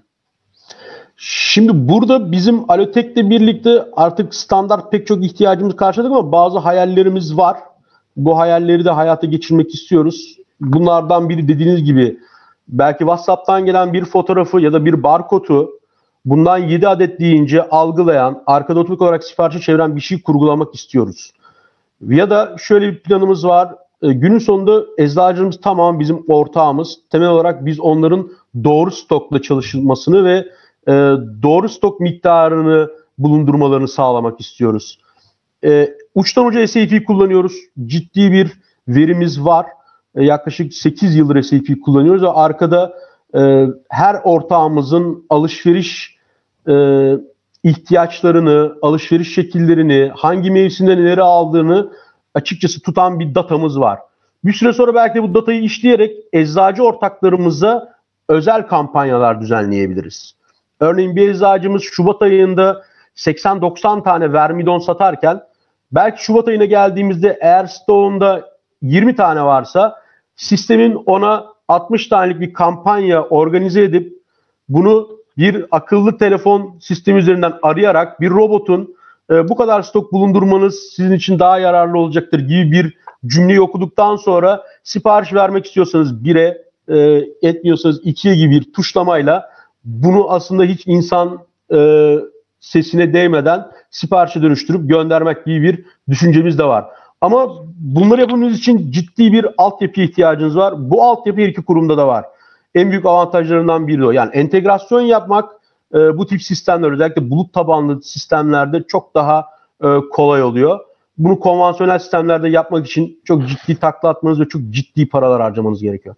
Şimdi burada bizim Alotek'le birlikte artık standart pek çok ihtiyacımızı karşıladık ama bazı hayallerimiz var. Bu hayalleri de hayata geçirmek istiyoruz. Bunlardan biri dediğiniz gibi belki WhatsApp'tan gelen bir fotoğrafı ya da bir barkodu bundan yedi adet deyince algılayan, arkada otomatik olarak siparişe çeviren bir şey kurgulamak istiyoruz. Ya da şöyle bir planımız var. E, günün sonunda eczacılarımız tamam bizim ortağımız. Temel olarak biz onların doğru stokla çalışılmasını ve e, doğru stok miktarını bulundurmalarını sağlamak istiyoruz. E, uçtan uca S A P kullanıyoruz. Ciddi bir verimiz var. E, yaklaşık sekiz yıldır S A P kullanıyoruz ve arkada e, her ortağımızın alışveriş e, ihtiyaçlarını, alışveriş şekillerini, hangi mevsimde neleri aldığını açıkçası tutan bir datamız var. Bir süre sonra belki de bu datayı işleyerek eczacı ortaklarımıza özel kampanyalar düzenleyebiliriz. Örneğin bir eczacımız Şubat ayında seksen doksan tane vermidon satarken belki Şubat ayına geldiğimizde eğer stoğunda yirmi tane varsa sistemin ona altmış tanelik bir kampanya organize edip bunu bir akıllı telefon sistemi üzerinden arayarak bir robotun e, bu kadar stok bulundurmanız sizin için daha yararlı olacaktır gibi bir cümleyi okuduktan sonra sipariş vermek istiyorsanız bire, e, etmiyorsanız ikiye gibi bir tuşlamayla bunu aslında hiç insan e, sesine değmeden siparişe dönüştürüp göndermek gibi bir düşüncemiz de var. Ama bunları yapmamız için ciddi bir altyapı ihtiyacınız var. Bu altyapı her iki kurumda da var. En büyük avantajlarından biri o. Yani entegrasyon yapmak e, bu tip sistemler özellikle bulut tabanlı sistemlerde çok daha e, kolay oluyor. Bunu konvansiyonel sistemlerde yapmak için çok ciddi takla atmanız ve çok ciddi paralar harcamanız gerekiyor.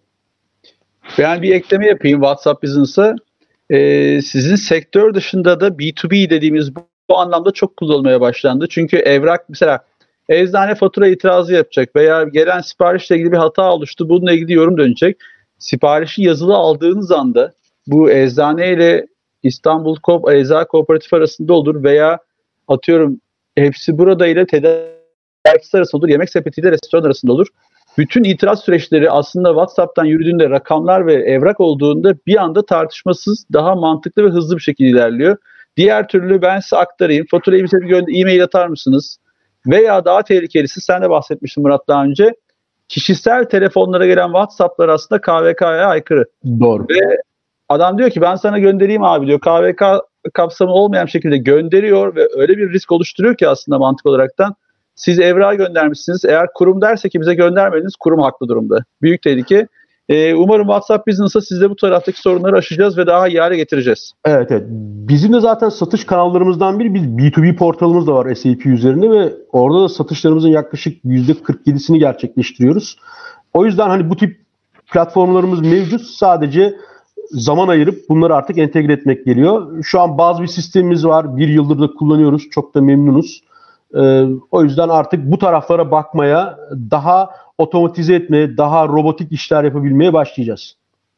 Ben bir ekleme yapayım WhatsApp Business'a. Ee, sizin sektör dışında da B iki B dediğimiz bu, bu anlamda çok kullanılmaya başlandı. Çünkü evrak mesela eczane fatura itirazı yapacak veya gelen siparişle ilgili bir hata oluştu. Bununla ilgili yorum dönecek. Siparişi yazılı aldığınız anda bu eczane ile İstanbul Ko- Eczacı Kooperatif arasında olur veya atıyorum hepsi burada ile tedarikçisi arasında olur, yemek sepetiyle restoran arasında olur. Bütün itiraz süreçleri aslında WhatsApp'tan yürüdüğünde rakamlar ve evrak olduğunda bir anda tartışmasız daha mantıklı ve hızlı bir şekilde ilerliyor. Diğer türlü ben size aktarayım. Faturayı bize bir gönder, e-mail atar mısınız? Veya daha tehlikelisi sen de bahsetmiştin Murat daha önce. Kişisel telefonlara gelen WhatsApp'lar aslında K V K'ya aykırı. Doğru. Ve adam diyor ki ben sana göndereyim abi diyor. K V K kapsamı olmayan şekilde gönderiyor ve öyle bir risk oluşturuyor ki aslında mantık olaraktan. Siz evrağı göndermişsiniz. Eğer kurum derse ki bize göndermediniz, kurum haklı durumda. Büyük tehlike. Ee, umarım WhatsApp Business'a siz de bu taraftaki sorunları aşacağız ve daha iyi hale getireceğiz. Evet, evet. Bizim de zaten satış kanallarımızdan biri biz B iki B portalımız da var S A P üzerinde ve orada da satışlarımızın yaklaşık yüzde kırk yedisini gerçekleştiriyoruz. O yüzden hani bu tip platformlarımız mevcut. Sadece zaman ayırıp bunları artık entegre etmek geliyor. Şu an bazı bir sistemimiz var. Bir yıldır da kullanıyoruz. Çok da memnunuz. Ee, o yüzden artık bu taraflara bakmaya, daha otomatize etmeye, daha robotik işler yapabilmeye başlayacağız.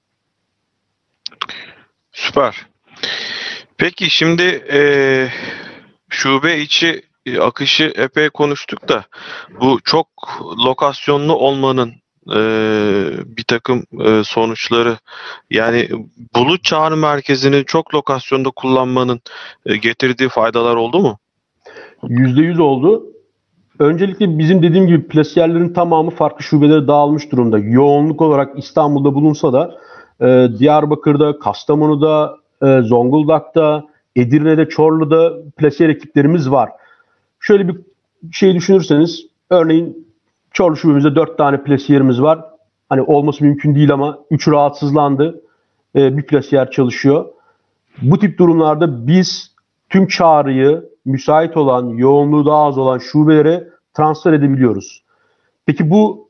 Süper. Peki şimdi e, şube içi e, akışı epey konuştuk da bu çok lokasyonlu olmanın e, bir takım e, sonuçları, yani bulut çağrı merkezini çok lokasyonda kullanmanın e, getirdiği faydalar oldu mu? yüzde yüz oldu. Öncelikle bizim dediğim gibi Plesier'lerin tamamı farklı şubelere dağılmış durumda. Yoğunluk olarak İstanbul'da bulunsa da e, Diyarbakır'da, Kastamonu'da, e, Zonguldak'ta, Edirne'de, Çorlu'da plasiyer ekiplerimiz var. Şöyle bir şey düşünürseniz, örneğin Çorlu şubemizde dört tane plasiyerimiz var. Hani olması mümkün değil ama üç rahatsızlandı. E, bir plasiyer çalışıyor. Bu tip durumlarda biz tüm çağrıyı müsait olan, yoğunluğu daha az olan şubelere transfer edebiliyoruz. Peki bu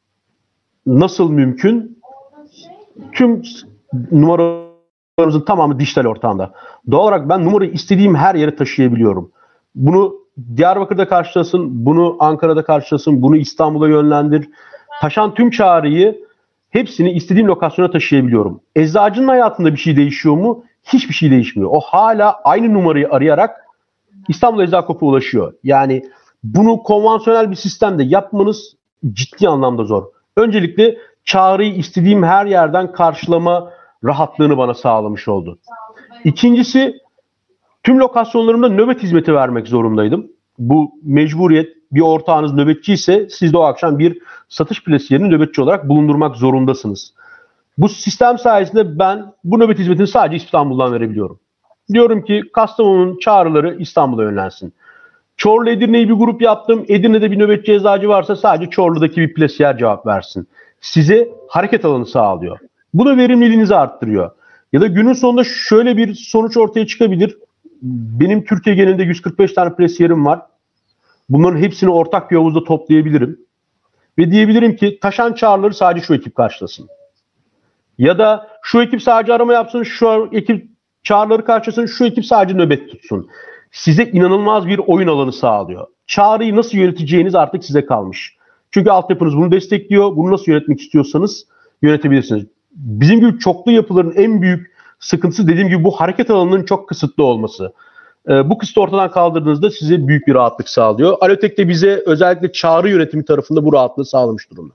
nasıl mümkün? Tüm numaralarımızın tamamı dijital ortamda. Doğal olarak ben numarayı istediğim her yere taşıyabiliyorum. Bunu Diyarbakır'da karşılasın, bunu Ankara'da karşılasın, bunu İstanbul'a yönlendir. Taşan tüm çağrıyı hepsini istediğim lokasyona taşıyabiliyorum. Eczacının hayatında bir şey değişiyor mu? Hiçbir şey değişmiyor. O hala aynı numarayı arayarak İstanbul Eczacı ulaşıyor. Yani bunu konvansiyonel bir sistemde yapmanız ciddi anlamda zor. Öncelikle çağrıyı istediğim her yerden karşılama rahatlığını bana sağlamış oldu. İkincisi, tüm lokasyonlarımda nöbet hizmeti vermek zorundaydım. Bu mecburiyet, bir ortağınız nöbetçi ise siz de o akşam bir satış plasiyerini nöbetçi olarak bulundurmak zorundasınız. Bu sistem sayesinde ben bu nöbet hizmetini sadece İstanbul'dan verebiliyorum. Diyorum ki Kastamonu'nun çağrıları İstanbul'a yönlensin. Çorlu Edirne'yi bir grup yaptım. Edirne'de bir nöbetçi eczacı varsa sadece Çorlu'daki bir plasiyer cevap versin. Size hareket alanı sağlıyor. Bu da verimliliğinizi arttırıyor. Ya da günün sonunda şöyle bir sonuç ortaya çıkabilir. Benim Türkiye genelinde yüz kırk beş tane plasiyerim var. Bunların hepsini ortak bir havuzda toplayabilirim. Ve diyebilirim ki taşan çağrıları sadece şu ekip karşılasın. Ya da şu ekip sadece arama yapsın, şu ekip çağrıları karşılasın, şu ekip sadece nöbet tutsun. Size inanılmaz bir oyun alanı sağlıyor. Çağrıyı nasıl yöneteceğiniz artık size kalmış. Çünkü altyapınız bunu destekliyor. Bunu nasıl yönetmek istiyorsanız yönetebilirsiniz. Bizim gibi çoklu yapıların en büyük sıkıntısı dediğim gibi bu hareket alanının çok kısıtlı olması. Ee, bu kısıtı ortadan kaldırdığınızda size büyük bir rahatlık sağlıyor. Alotek de bize özellikle çağrı yönetimi tarafında bu rahatlığı sağlamış durumda.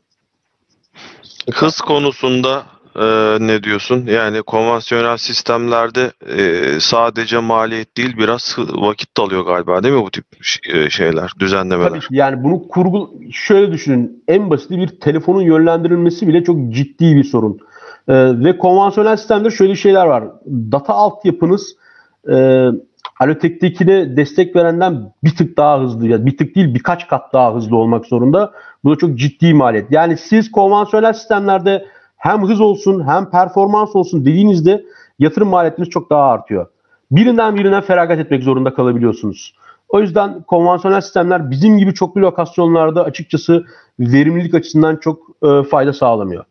Hız konusunda e, ne diyorsun? Yani konvansiyonel sistemlerde e, sadece maliyet değil, biraz vakit de alıyor galiba, değil mi bu tip şeyler, düzenlemeler? Tabii ki, yani bunu kurgu şöyle düşünün. En basiti bir telefonun yönlendirilmesi bile çok ciddi bir sorun. Ee, ve konvansiyonel sistemde şöyle şeyler var. Data altyapınız e, Alotek'tekine destek verenden bir tık daha hızlı, yani bir tık değil birkaç kat daha hızlı olmak zorunda. Bu da çok ciddi maliyet. Yani siz konvansiyonel sistemlerde hem hız olsun hem performans olsun dediğinizde yatırım maliyetiniz çok daha artıyor. Birinden birinden feragat etmek zorunda kalabiliyorsunuz. O yüzden konvansiyonel sistemler bizim gibi çoklu lokasyonlarda açıkçası verimlilik açısından çok e, fayda sağlamıyor.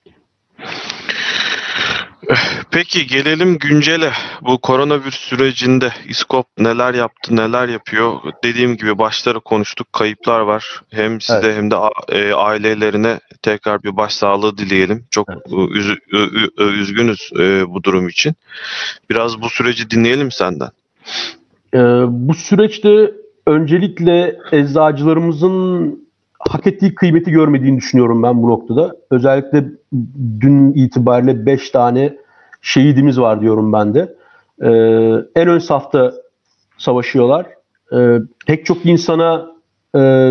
Peki gelelim güncele. Bu koronavirüs sürecinde İskop neler yaptı, neler yapıyor? Dediğim gibi başları konuştuk, kayıplar var. Hem size evet. hem de ailelerine tekrar bir başsağlığı dileyelim. Çok evet. üz, üzgünüz bu durum için. Biraz bu süreci dinleyelim senden. Ee, bu süreçte öncelikle eczacılarımızın hak ettiği kıymeti görmediğini düşünüyorum ben bu noktada. Özellikle dün itibariyle beş tane şehidimiz var diyorum ben de. Ee, en ön safta savaşıyorlar. Ee, pek çok insana e,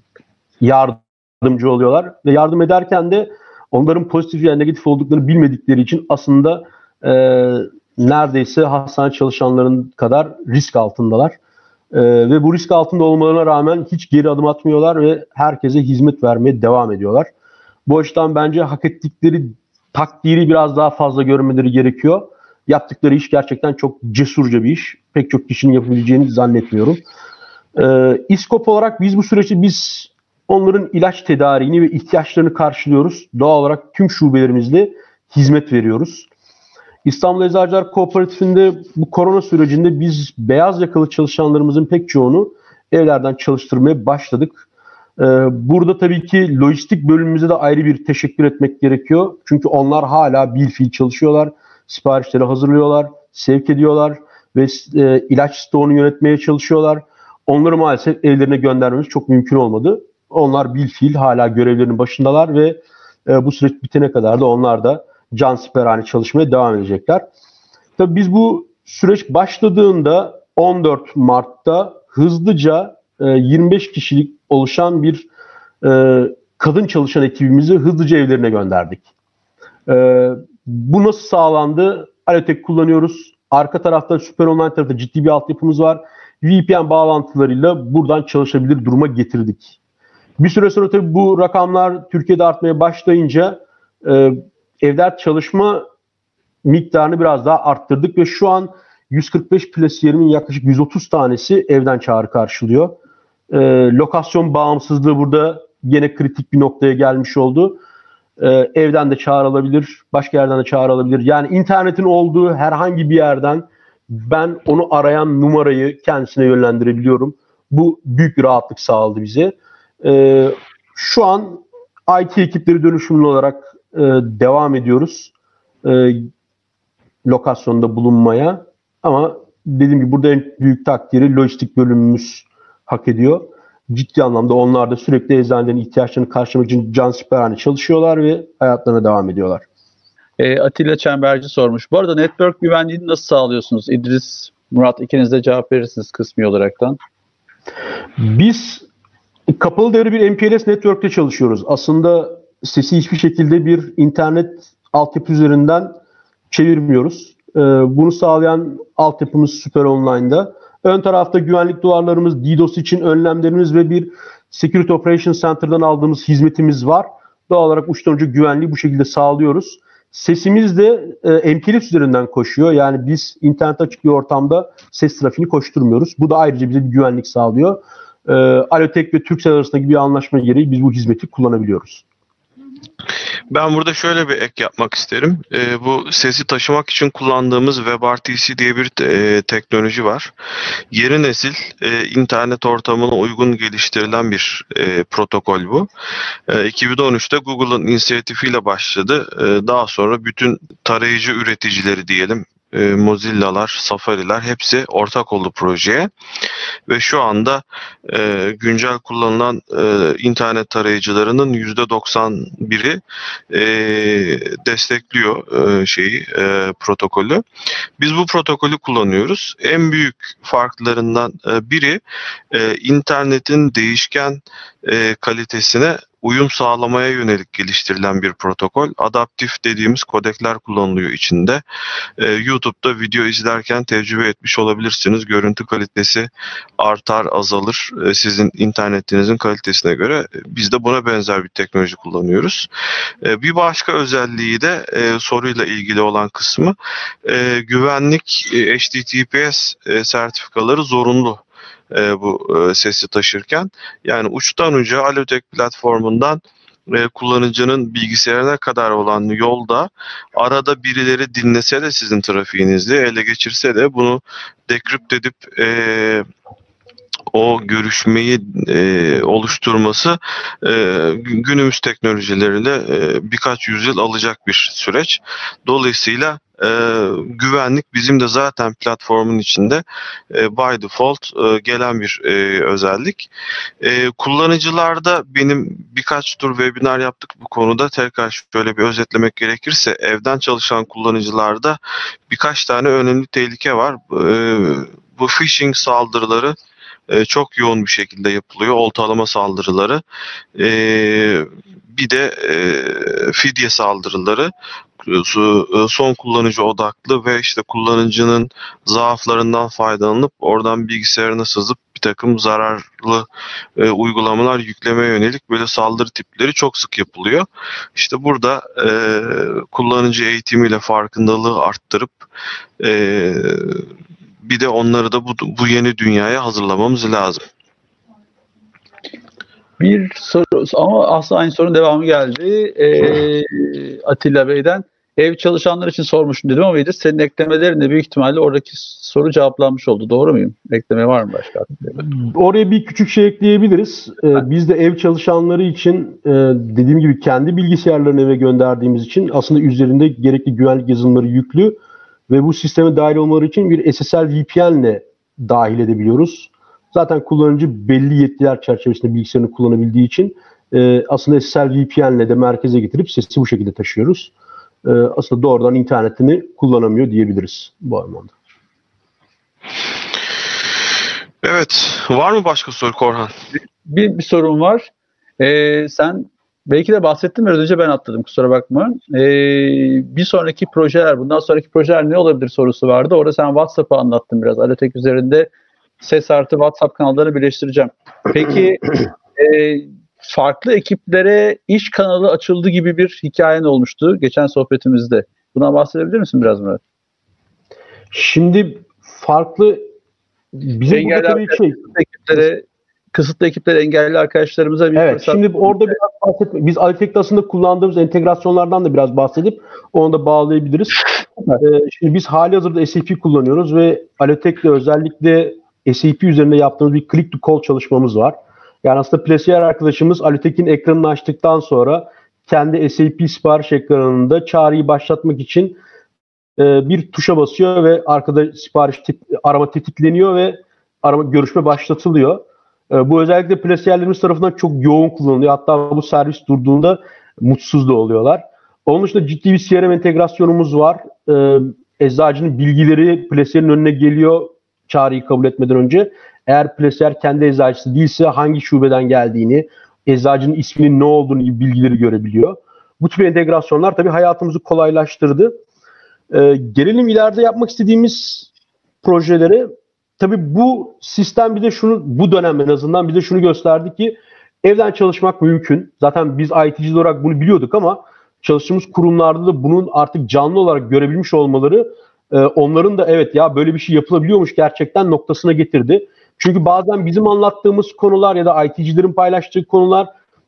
yardımcı oluyorlar. Ve yardım ederken de onların pozitif ya negatif olduklarını bilmedikleri için aslında e, neredeyse hastane çalışanların kadar risk altındalar. Ee, ve bu risk altında olmalarına rağmen hiç geri adım atmıyorlar ve herkese hizmet vermeye devam ediyorlar. Bu açıdan bence hak ettikleri takdiri biraz daha fazla görmeleri gerekiyor. Yaptıkları iş gerçekten çok cesurca bir iş. Pek çok kişinin yapabileceğini zannetmiyorum. Ee, İskop olarak biz bu süreçte biz onların ilaç tedariğini ve ihtiyaçlarını karşılıyoruz. Doğal olarak tüm şubelerimizle hizmet veriyoruz. İstanbul Eczacılar Kooperatifinde bu korona sürecinde biz beyaz yakalı çalışanlarımızın pek çoğunu evlerden çalıştırmaya başladık. Ee, burada tabii ki lojistik bölümümüze de ayrı bir teşekkür etmek gerekiyor. Çünkü onlar hala bilfiil çalışıyorlar, siparişleri hazırlıyorlar, sevk ediyorlar ve e, ilaç stoğunu yönetmeye çalışıyorlar. Onları maalesef evlerine göndermemiz çok mümkün olmadı. Onlar bilfiil hala görevlerinin başındalar ve e, bu süreç bitene kadar da onlar da cansiperhane çalışmaya devam edecekler. Tabii biz bu süreç başladığında on dört Mart'ta hızlıca e, yirmi beş kişilik oluşan bir e, kadın çalışan ekibimizi hızlıca evlerine gönderdik. E, Bu nasıl sağlandı? Alotek kullanıyoruz. Arka tarafta Süper Online tarafında ciddi bir altyapımız var. V P N bağlantılarıyla buradan çalışabilir duruma getirdik. Bir süre sonra tabii bu rakamlar Türkiye'de artmaya başlayınca e, evden çalışma miktarını biraz daha arttırdık ve şu an yüz kırk beş plasiyerin yaklaşık yüz otuz tanesi evden çağrı karşılıyor. E, lokasyon bağımsızlığı burada yine kritik bir noktaya gelmiş oldu. E, evden de çağrı alabilir, başka yerden de çağrı alabilir. Yani internetin olduğu herhangi bir yerden ben onu arayan numarayı kendisine yönlendirebiliyorum. Bu büyük bir rahatlık sağladı bize. E, şu an I T ekipleri dönüşümlü olarak e, devam ediyoruz. E, lokasyonda bulunmaya. Ama dediğim gibi burada en büyük takdiri lojistik bölümümüz hak ediyor. Ciddi anlamda onlar da sürekli eczanelerin ihtiyaçlarını karşılamak için cansiperhane çalışıyorlar ve hayatlarına devam ediyorlar. E, Atilla Çemberci sormuş. Bu arada network güvenliğini nasıl sağlıyorsunuz? İdris, Murat ikiniz de cevap verirsiniz kısmi olaraktan. Biz kapalı devre bir M P L S network'te çalışıyoruz. Aslında sesi hiçbir şekilde bir internet altyapı üzerinden çevirmiyoruz. Ee, bunu sağlayan altyapımız Süper Online'da. Ön tarafta güvenlik duvarlarımız, DDoS için önlemlerimiz ve bir Security Operations Center'dan aldığımız hizmetimiz var. Doğal olarak uçtan uca güvenliği bu şekilde sağlıyoruz. Sesimiz de e, M P L S üzerinden koşuyor. Yani biz internet açık bir ortamda ses trafiğini koşturmuyoruz. Bu da ayrıca bize bir güvenlik sağlıyor. E, Alotek ve Turkcell arasındaki bir anlaşma gereği biz bu hizmeti kullanabiliyoruz. Ben burada şöyle bir ek yapmak isterim. E, bu sesi taşımak için kullandığımız WebRTC diye bir e, teknoloji var. Yeni nesil e, internet ortamına uygun geliştirilen bir e, protokol bu. E, iki bin on üçte Google'ın inisiyatifiyle başladı. E, daha sonra bütün tarayıcı üreticileri diyelim, e, Mozilla'lar, Safari'ler hepsi ortak oldu projeye. Ve şu anda e, güncel kullanılan e, internet tarayıcılarının yüzde doksan biri e, destekliyor e, şeyi e, protokolü. Biz bu protokolü kullanıyoruz. En büyük farklarından e, biri e, internetin değişken e, kalitesine uyum sağlamaya yönelik geliştirilen bir protokol. Adaptif dediğimiz kodekler kullanılıyor içinde. Ee, YouTube'da video izlerken tecrübe etmiş olabilirsiniz. Görüntü kalitesi artar, azalır. Ee, sizin internetinizin kalitesine göre biz de buna benzer bir teknoloji kullanıyoruz. Ee, bir başka özelliği de e, soruyla ilgili olan kısmı e, güvenlik e, H T T P S e, sertifikaları zorunlu. E, bu e, sesi taşırken. Yani uçtan uca Alotek platformundan e, kullanıcının bilgisayarına kadar olan yolda arada birileri dinlese de sizin trafiğinizi ele geçirse de bunu dekrypt edip e, o görüşmeyi e, oluşturması e, günümüz teknolojileriyle e, birkaç yüzyıl alacak bir süreç. Dolayısıyla e, güvenlik bizim de zaten platformun içinde e, by default e, gelen bir e, özellik. E, kullanıcılarda benim birkaç tur webinar yaptık bu konuda. Tekrar şöyle bir özetlemek gerekirse evden çalışan kullanıcılarda birkaç tane önemli tehlike var. E, bu phishing saldırıları Ee, çok yoğun bir şekilde yapılıyor. Oltalama saldırıları. Ee, bir de e, fidye saldırıları. Son kullanıcı odaklı ve işte kullanıcının zaaflarından faydalanıp oradan bilgisayarına sızıp bir takım zararlı e, uygulamalar yüklemeye yönelik böyle saldırı tipleri çok sık yapılıyor. İşte burada e, kullanıcı eğitimiyle farkındalığı arttırıp e, bir de onları da bu, bu yeni dünyaya hazırlamamız lazım. Bir soru ama aslında aynı sorunun devamı geldi. Ee, Atilla Bey'den. Ev çalışanlar için sormuştum dedim ama İdris senin eklemelerinle büyük ihtimalle oradaki soru cevaplanmış oldu. Doğru muyum? Ekleme var mı başka? Oraya bir küçük şey ekleyebiliriz. Ee, biz de ev çalışanları için e, dediğim gibi kendi bilgisayarlarını eve gönderdiğimiz için aslında üzerinde gerekli güvenlik yazılımları yüklü ve bu sisteme dahil olmaları için bir S S L V P N ile dahil edebiliyoruz. Zaten kullanıcı belli yetkiler çerçevesinde bilgisayarını kullanabildiği için e, aslında S S L V P N ile de merkeze getirip sesi bu şekilde taşıyoruz. E, aslında doğrudan internetini kullanamıyor diyebiliriz bu anlamda. Evet. Var mı başka soru Korhan? Bir, bir sorun var. Ee, sen belki de bahsettim biraz önce ben atladım kusura bakma. Ee, bir sonraki projeler, bundan sonraki projeler ne olabilir sorusu vardı. Orada sen WhatsApp'ı anlattın biraz. Alotek üzerinde ses artı WhatsApp kanallarını birleştireceğim. Peki e, farklı ekiplere iş kanalı açıldı gibi bir hikayen olmuştu geçen sohbetimizde. Buna bahsedebilir misin biraz Murat? Şimdi farklı bizim engelli burada tabii şey ekiplere, kısıtlı ekiplere, engelli arkadaşlarımıza bir evet, fırsat. şimdi orada biraz bahsetmek. Biz Alotek'te aslında kullandığımız entegrasyonlardan da biraz bahsedip onu da bağlayabiliriz. Ee, şimdi biz halihazırda S A P kullanıyoruz ve Alotek'te özellikle S A P üzerinde yaptığımız bir click to call çalışmamız var. Yani aslında Plesier arkadaşımız Alotek'in ekranını açtıktan sonra kendi S A P sipariş ekranında çağrıyı başlatmak için e, bir tuşa basıyor ve arkada sipariş tet- arama tetikleniyor ve arama görüşme başlatılıyor. E, bu özellikle Plesier'lerimiz tarafından çok yoğun kullanılıyor. Hatta bu servis durduğunda mutsuz da oluyorlar. Onun dışında ciddi bir C R M entegrasyonumuz var. E, eczacının bilgileri Plesier'in önüne geliyor çağrıyı kabul etmeden önce. Eğer Plesier kendi eczacısı değilse hangi şubeden geldiğini, eczacının isminin ne olduğunu gibi bilgileri görebiliyor. Bu tür entegrasyonlar tabii hayatımızı kolaylaştırdı. Ee, gelelim ileride yapmak istediğimiz projelere. Tabii bu sistem bir de şunu, bu dönem en azından bize şunu gösterdi ki evden çalışmak mümkün. Zaten biz I T'ciler olarak bunu biliyorduk ama çalıştığımız kurumlarda da bunun artık canlı olarak görebilmiş olmaları e, onların da evet ya böyle bir şey yapılabiliyormuş gerçekten noktasına getirdi. Çünkü bazen bizim anlattığımız konular ya da I T'cilerin paylaştığı konular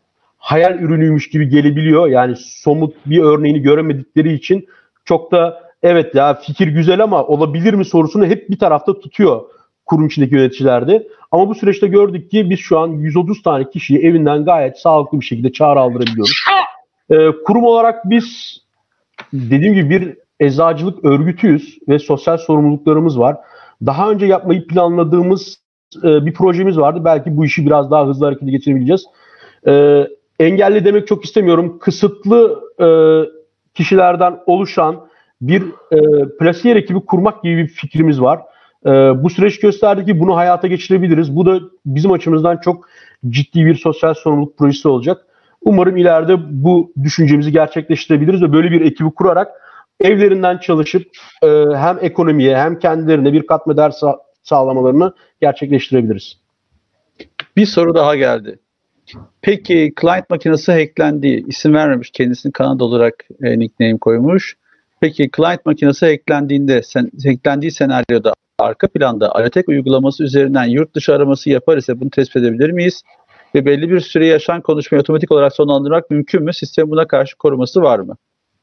hayal ürünüymüş gibi gelebiliyor. Yani somut bir örneğini göremedikleri için çok da evet ya fikir güzel ama olabilir mi sorusunu hep bir tarafta tutuyor kurum içindeki yöneticilerde. Ama bu süreçte gördük ki biz şu an yüz otuz tane kişiyi evinden gayet sağlıklı bir şekilde çağrı aldırabiliyoruz. Ee, kurum olarak biz dediğim gibi bir eczacılık örgütüyüz ve sosyal sorumluluklarımız var. Daha önce yapmayı planladığımız e, bir projemiz vardı. Belki bu işi biraz daha hızlı harekete geçirebileceğiz. E, engelli demek çok istemiyorum. Kısıtlı e, kişilerden oluşan bir e, Plesier ekibi kurmak gibi bir fikrimiz var. E, bu süreç gösterdi ki bunu hayata geçirebiliriz. Bu da bizim açımızdan çok ciddi bir sosyal sorumluluk projesi olacak. Umarım ileride bu düşüncemizi gerçekleştirebiliriz ve böyle bir ekibi kurarak evlerinden çalışıp e, hem ekonomiye hem kendilerine bir katma değer sa- sağlamalarını gerçekleştirebiliriz. Bir soru daha geldi. Peki client makinesi hacklendiği, isim vermemiş, kendisini Kanada olarak e, nickname koymuş. Peki client makinesi hacklendiğinde, sen, hacklendiği senaryoda arka planda Alotek uygulaması üzerinden yurt dışı araması yapar ise bunu tespit edebilir miyiz? Ve belli bir süre yaşanan konuşmayı otomatik olarak sonlandırmak mümkün mü? Sistemin buna karşı koruması var mı?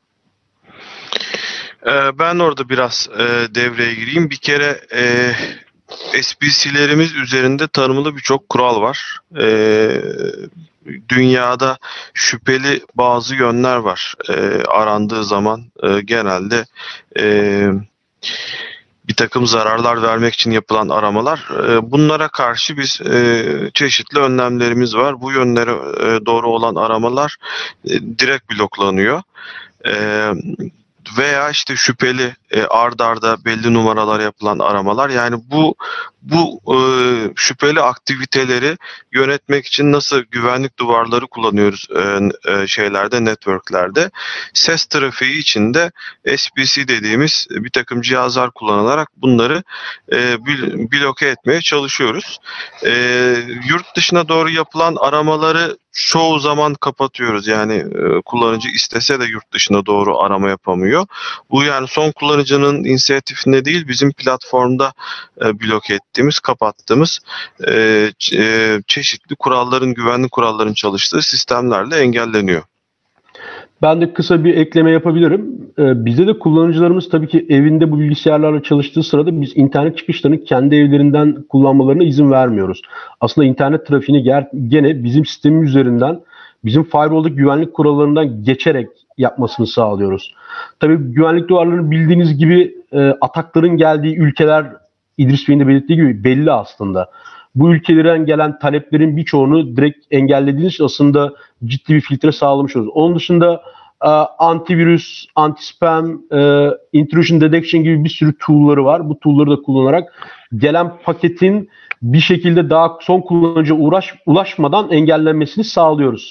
Ee, ben orada biraz e, devreye gireyim. Bir kere e, S B C'lerimiz üzerinde tanımlı birçok kural var. Ee, dünyada şüpheli bazı yönler var. Ee, arandığı zaman e, genelde e, bir takım zararlar vermek için yapılan aramalar. E, bunlara karşı biz e, çeşitli önlemlerimiz var. Bu yönlere e, doğru olan aramalar e, direkt bloklanıyor. E, veya işte şüpheli e, ard arda belli numaralar yapılan aramalar, yani bu bu e, şüpheli aktiviteleri yönetmek için nasıl güvenlik duvarları kullanıyoruz e, e, şeylerde, networklerde, ses trafiği içinde S B C dediğimiz bir takım cihazlar kullanılarak bunları e, bloke etmeye çalışıyoruz. E, yurt dışına doğru yapılan aramaları çoğu zaman kapatıyoruz. Yani e, kullanıcı istese de yurt dışına doğru arama yapamıyor. Bu yani son kullanıcının inisiyatifinde değil, bizim platformda e, bloke ettiğimiz, kapattığımız e, e, çeşitli kuralların, güvenlik kuralların çalıştığı sistemlerle engelleniyor. Ben de kısa bir ekleme yapabilirim. Ee, bizde de kullanıcılarımız tabii ki evinde bu bilgisayarlarla çalıştığı sırada biz internet çıkışlarını kendi evlerinden kullanmalarına izin vermiyoruz. Aslında internet trafiğini ger- gene bizim sistemimiz üzerinden, bizim firewall'daki güvenlik kurallarından geçerek yapmasını sağlıyoruz. Tabii güvenlik duvarlarını bildiğiniz gibi e, atakların geldiği ülkeler, İdris Bey'in de belirttiği gibi belli aslında. Bu ülkelerden gelen taleplerin birçoğunu direkt engellediğiniz için aslında ciddi bir filtre sağlamış oluruz. Onun dışında e, antivirüs, anti-spam, e, intrusion detection gibi bir sürü tool'ları var. Bu tool'ları da kullanarak gelen paketin bir şekilde daha son kullanıcıya uğraş, ulaşmadan engellenmesini sağlıyoruz.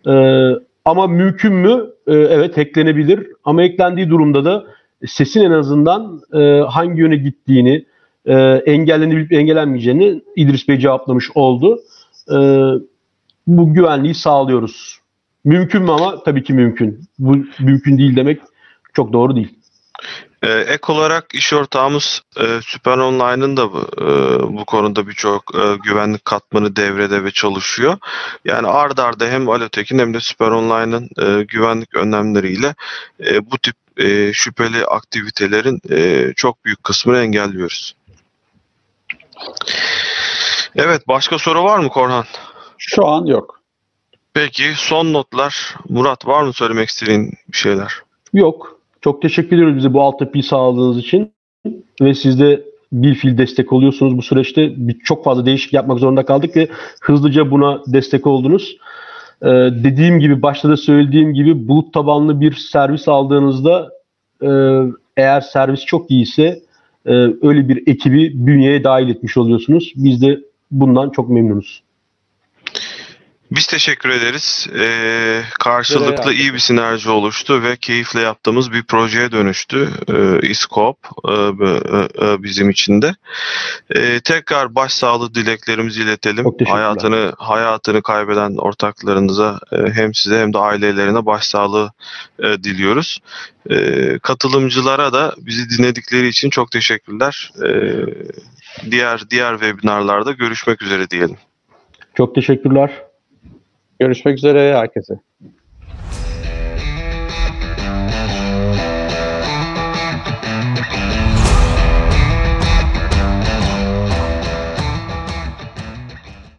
E, ama mümkün mü? E, evet, hacklenebilir. Ama hacklendiği durumda da sesin en azından e, hangi yöne gittiğini, e, engellenebilip engellenmeyeceğini İdris Bey cevaplamış oldu. E, bu güvenliği sağlıyoruz. Mümkün mü ama? Tabii ki mümkün. Bu mümkün değil demek çok doğru değil. Ee, ek olarak iş ortağımız e, Süper Online'ın da bu, e, bu konuda birçok e, güvenlik katmanı devrede ve çalışıyor. Yani ard arda hem Alotek'in hem de Süper Online'ın e, güvenlik önlemleriyle e, bu tip e, şüpheli aktivitelerin e, çok büyük kısmını engelliyoruz. Evet, başka soru var mı Korhan? Şu an yok. Peki son notlar. Murat, var mı söylemek istediğin bir şeyler? Yok. Çok teşekkür ediyoruz bize bu altyapıyı sağladığınız için. Ve siz de bir fiil destek oluyorsunuz bu süreçte. Bir, çok fazla değişik yapmak zorunda kaldık ve hızlıca buna destek oldunuz. Ee, dediğim gibi, başta da söylediğim gibi, bulut tabanlı bir servis aldığınızda e, eğer servis çok iyiyse e, öyle bir ekibi bünyeye dahil etmiş oluyorsunuz. Biz de bundan çok memnunuz. Biz teşekkür ederiz. Ee, karşılıklı iyi bir sinerji oluştu ve keyifle yaptığımız bir projeye dönüştü. Ee, İskop e, e, bizim için de. Ee, tekrar başsağlığı dileklerimizi iletelim. Hayatını hayatını kaybeden ortaklarınıza e, hem size hem de ailelerine başsağlığı e, diliyoruz. E, katılımcılara da bizi dinledikleri için çok teşekkürler. E, diğer diğer webinarlarda görüşmek üzere diyelim. Çok teşekkürler. Görüşmek üzere herkese.